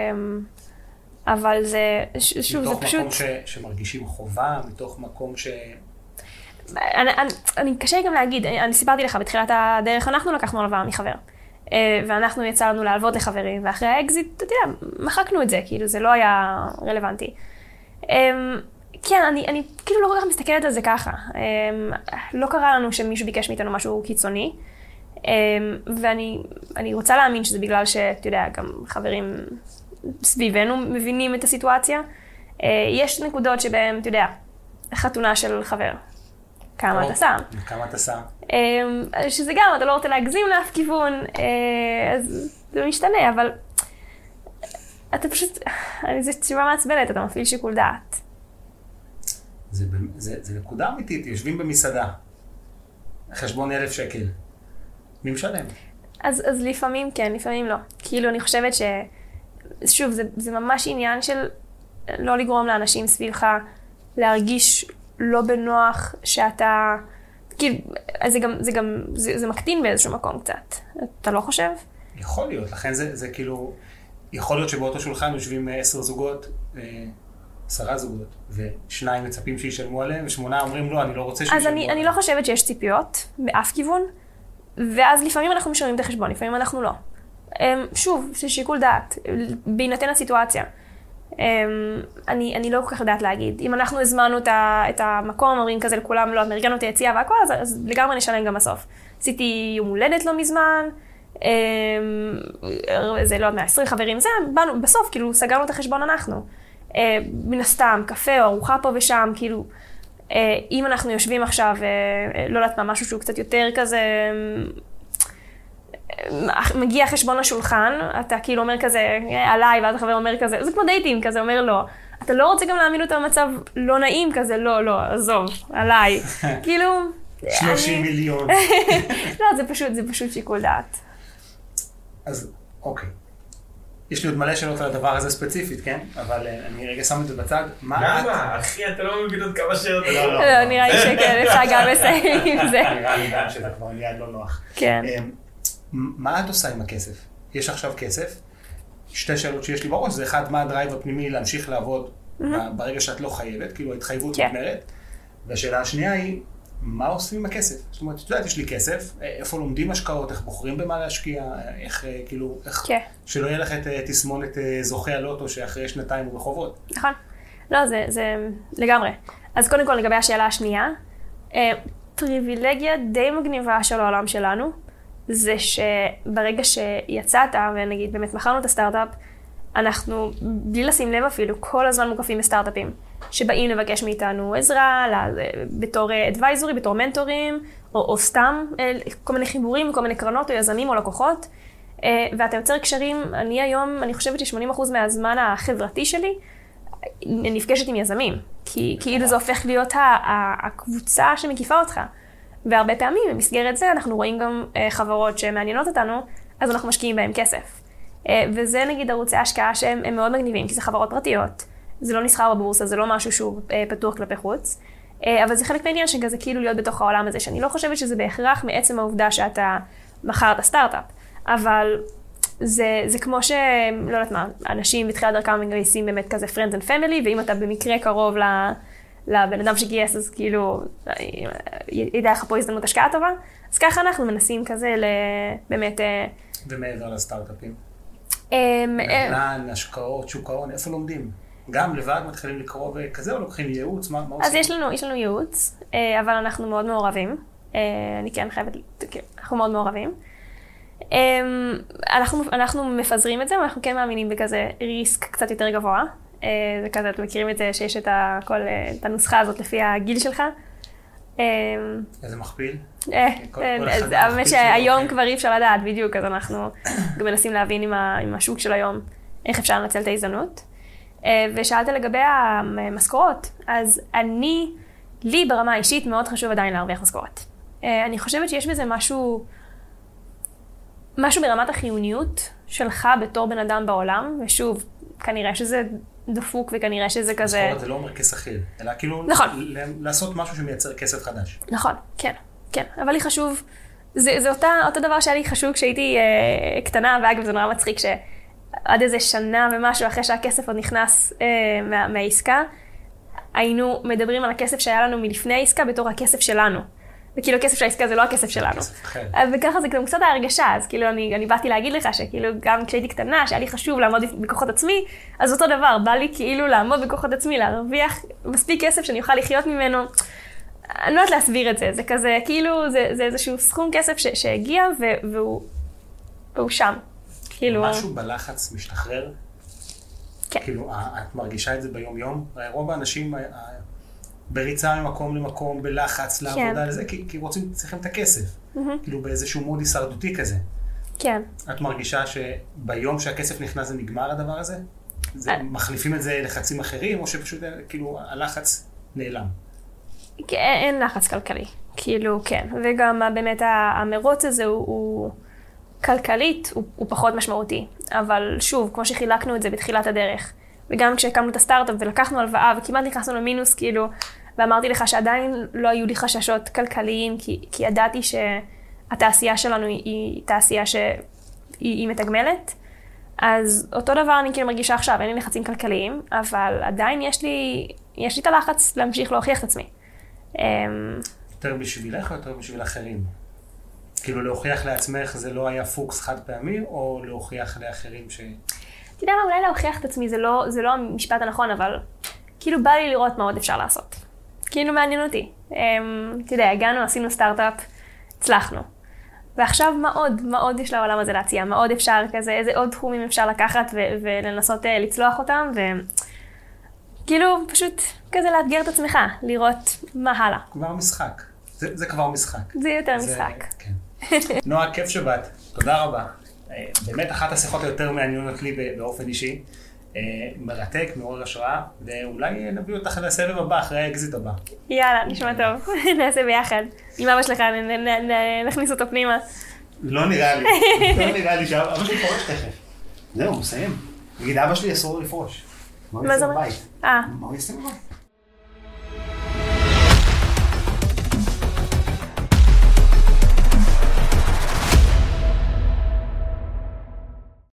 אבל זה, שוב, זה פשוט... מתוך מקום ש, שמרגישים חובה, מתוך מקום ש... אני, אני, אני קשה גם להגיד, אני סיפרתי לך בתחילת הדרך, אנחנו לקחנו הלוואה מחבר. ואנחנו יצא לנו להלוות לחברים, ואחרי האקזיט, אתה יודע, מחקנו את זה, כאילו זה לא היה רלוונטי. כן, אני, אני כאילו לא כל כך מסתכלת על זה ככה. לא קרה לנו שמישהו ביקש מאיתנו משהו קיצוני, ואני אני רוצה להאמין שזה בגלל שאתה יודע, גם חברים סביבנו מבינים את הסיטואציה. יש נקודות שבהם, אתה יודע, חתונה של חבר. כמה אתה שם. כמה אתה שם. שזה גם, אתה לא רוצה להגזים לאף כיוון, אז זה משתנה, אבל אתה פשוט, זו תשובה מעצבנת, אתה מפעיל שיקול דעת. זה, זה, זה נקודה אמיתית, יושבים במסעדה, חשבון אלף שקל. מי משלם? אז, אז לפעמים כן, לפעמים לא. כאילו, אני חושבת ש... שוב, זה, זה ממש עניין של לא לגרום לאנשים סביבך להרגיש לא בנוח שאתה, כאילו, זה גם, זה גם, זה, זה מקטין באיזשהו מקום קצת. אתה לא חושב? יכול להיות, לכן זה, זה כאילו, יכול להיות שבאותו שולחן יושבים עשר זוגות, עשרה זוגות, ושניים מצפים שישלמו עליהם, ושמונה אומרים לא, אני לא רוצה שישלמו עליהם. אז אני, אני לא חושבת שיש ציפיות באף כיוון, ואז לפעמים אנחנו משלמים את החשבון, לפעמים אנחנו לא. שוב, זה שיקול דעת, בהינתן הסיטואציה. אני, אני לא כל כך יודעת להגיד. אם אנחנו הזמנו את המקום, אומרים כזה לכולם, לא, ארגנו את היציאה והכל, אז, אז לגמרי נשלם גם בסוף. עשיתי יום הולדת לא מזמן, זה לא מאה ועשרים חברים, זה, באנו, בסוף, כאילו, סגרנו את החשבון אנחנו. מן הסתם, קפה או ארוחה פה ושם, כאילו, אם אנחנו יושבים עכשיו, לא יודעת מה, משהו שהוא קצת יותר כזה, מגיע חשבון לשולחן, אתה כאילו אומר כזה, עליי, ואז החבר אומר כזה, זה כמו דייטים, כזה אומר לא. אתה לא רוצה גם להעמיד אותו במצב לא נעים כזה, לא, לא, עזוב, עליי. כאילו... שלושים מיליון. לא, זה פשוט, זה פשוט שיקול דעת. אז, אוקיי. יש לי עוד מלא שאלות על הדבר הזה ספציפית, כן? אבל אני רגע שם את זה בצד. למה? אחי, אתה לא מבין עוד כמה שאלות. לא, לא, נראה לי שכן, אפשר גם לסיים עם זה. נראה לי גם שזה כבר נהיה לא נוח. כן. מה את עושה עם הכסף? יש עכשיו כסף? שתי שאלות שיש לי בראש, זה אחד, מה הדרייב הפנימי להמשיך לעבוד ברגע שאת לא חייבת, כאילו ההתחייבות נגמרת. והשאלה השנייה היא, מה עושים עם הכסף? זאת אומרת, את יודעת, יש לי כסף, איפה לומדים השקעות, איך בוחרים במה להשקיע, איך כאילו, איך שלא יהיה לך את תסמונת זוכי הלוטו שאחרי שנתיים הוא בחובות. נכון. לא, זה, זה לגמרי. אז קודם כל לגבי השאלה השנייה, פריבילגיה די מגניבה של העולם שלנו, זה שברגע שיצאת, ונגיד באמת מכרנו את הסטארט-אפ, אנחנו, בלי לשים לב אפילו, כל הזמן מוקפים בסטארט-אפים, שבאים לבקש מאיתנו עזרה, בתור אדוויזורי, בתור מנטורים, או, או סתם כל מיני חיבורים, כל מיני קרנות או יזמים או לקוחות, ואתה יוצר קשרים. אני היום, אני חושבת ש-שמונים אחוז מהזמן החברתי שלי, נפגשת עם יזמים, כי כאילו זה הופך להיות הקבוצה שמקיפה אותך. והרבה פעמים, במסגרת זה, אנחנו רואים גם חברות שמעניינות אותנו, אז אנחנו משקיעים בהם כסף. וזה נגיד ערוצי ההשקעה שהם מאוד מגניבים, כי זה חברות פרטיות. זה לא נסחר בבורסה, זה לא משהו שהוא פתוח כלפי חוץ. אבל זה חלק מהעניין שכזה כאילו להיות בתוך העולם הזה, שאני לא חושבת שזה בהכרח מעצם העובדה שאתה מכרת סטארט-אפ. אבל זה, זה כמו ש... לא יודעת מה, אנשים בתחילת דרכם מגייסים באמת כזה friends and family, ואם אתה במקרה קרוב ל... לבן אדם שגייס, אז כאילו, ידע לך פה הזדמנות השקעה טובה. אז ככה אנחנו מנסים כזה באמת... ומעבר לסטארט-אפים? נדל"ן, השקעות, שוק ההון, איפה לומדים? גם לבד מתחילים לקרוא וכזה, או לוקחים ייעוץ? מה עושים? אז יש לנו, יש לנו ייעוץ, אבל אנחנו מאוד מעורבים. אני כן חייבת, אנחנו מאוד מעורבים. אנחנו, אנחנו מפזרים את זה, ואנחנו כן מאמינים בכזה ריסק קצת יותר גבוה. זה כזה, אתם מכירים את זה שיש את הכל, את הנוסחה הזאת לפי הגיל שלך. איזה מכפיל? האמת שהיום כבר אי אפשר לדעת בדיוק, אז אנחנו גם מנסים להבין עם השוק של היום איך אפשר לנצל את ההזדמנות. ושאלת לגבי המשכורות, אז אני, לי ברמה האישית מאוד חשוב עדיין להרוויח משכורת. אני חושבת שיש בזה משהו, משהו ברמת החיוניות שלך בתור בן אדם בעולם, ושוב, כנראה שזה דפוק וכנראה שזה כזה... משכורת זה לא אומר כשכיר, אלא כאילו נכון. לעשות משהו שמייצר כסף חדש. נכון, כן, כן. אבל לי חשוב, זה, זה אותה, אותו דבר שהיה לי חשוב כשהייתי אה, קטנה, ואגב זה נורא מצחיק שעד איזה שנה ומשהו אחרי שהכסף עוד נכנס אה, מה, מהעסקה, היינו מדברים על הכסף שהיה לנו מלפני העסקה בתור הכסף שלנו. וכאילו הכסף של העסקה זה לא הכסף שלנו. וככה זה כאילו קצת ההרגשה, אז כאילו אני, אני באתי להגיד לך שכאילו גם כשהייתי קטנה, שהיה לי חשוב לעמוד בכוחות עצמי, אז אותו דבר, בא לי כאילו לעמוד בכוחות עצמי, להרוויח מספיק כסף שאני אוכל לחיות ממנו. אני לא יודעת להסביר את זה, זה כזה, כאילו זה, זה איזשהו סכום כסף ש, שהגיע והוא, והוא שם. כאילו... משהו בלחץ משתחרר? כן. כאילו, את מרגישה את זה ביום יום? רוב האנשים... בריצה ממקום למקום, בלחץ, לעבודה לזה, כי, כי רוצים, צריכים את הכסף. Mm-hmm. כאילו באיזשהו מוד הישרדותי כזה. כן. את מרגישה שביום שהכסף נכנס זה נגמר הדבר הזה? זה, מחליפים את זה לחצים אחרים, או שפשוט כאילו הלחץ נעלם? אין לחץ כלכלי. כאילו, כן. וגם באמת המרוץ הזה הוא, הוא כלכלית, הוא, הוא פחות משמעותי. אבל שוב, כמו שחילקנו את זה בתחילת הדרך, וגם כשהקמנו את הסטארט-אפ ולקחנו הלוואה וכמעט נכנסנו למינוס, כאילו, ואמרתי לך שעדיין לא היו לי חששות כלכליים, כי, כי ידעתי שהתעשייה שלנו היא, היא תעשייה שהיא היא מתגמלת. אז אותו דבר אני כאילו מרגישה עכשיו, אין לי לחצים כלכליים, אבל עדיין יש לי, יש לי את הלחץ להמשיך להוכיח את עצמי. יותר בשבילך או יותר בשביל אחרים? כאילו להוכיח לעצמך זה לא היה פוקס חד פעמי, או להוכיח לאחרים ש... אתה יודע מה, אולי להוכיח את עצמי זה לא, זה לא המשפט הנכון, אבל כאילו בא לי לראות מה עוד אפשר לעשות. כאילו מעניין אותי. אתה יודע, הגענו, עשינו סטארט-אפ, הצלחנו. ועכשיו מה עוד, מה עוד יש לעולם הזה להציע? מה עוד אפשר כזה, איזה עוד תחומים אפשר לקחת ו- ולנסות לצלוח אותם, וכאילו פשוט כזה לאתגר את עצמך, לראות מה הלאה. כבר משחק. זה, זה כבר משחק. זה יותר זה, משחק. כן. נועה, כיף שבאת. תודה רבה. באמת אחת השיחות היותר מעניינות לי באופן אישי. מרתק, מעורר השראה, ואולי נביא אותך לסבב הבא, אחרי האקזיט הבא. יאללה, נשמע טוב. נעשה ביחד. עם אבא שלך, נכניס אותו פנימה. לא נראה לי. לא נראה לי שאבא שלי פורש תכף. זהו, מסיים. נגיד, אבא שלי אסור לפרוש. מה זה אומר? אה. מה הוא יעשה בבית?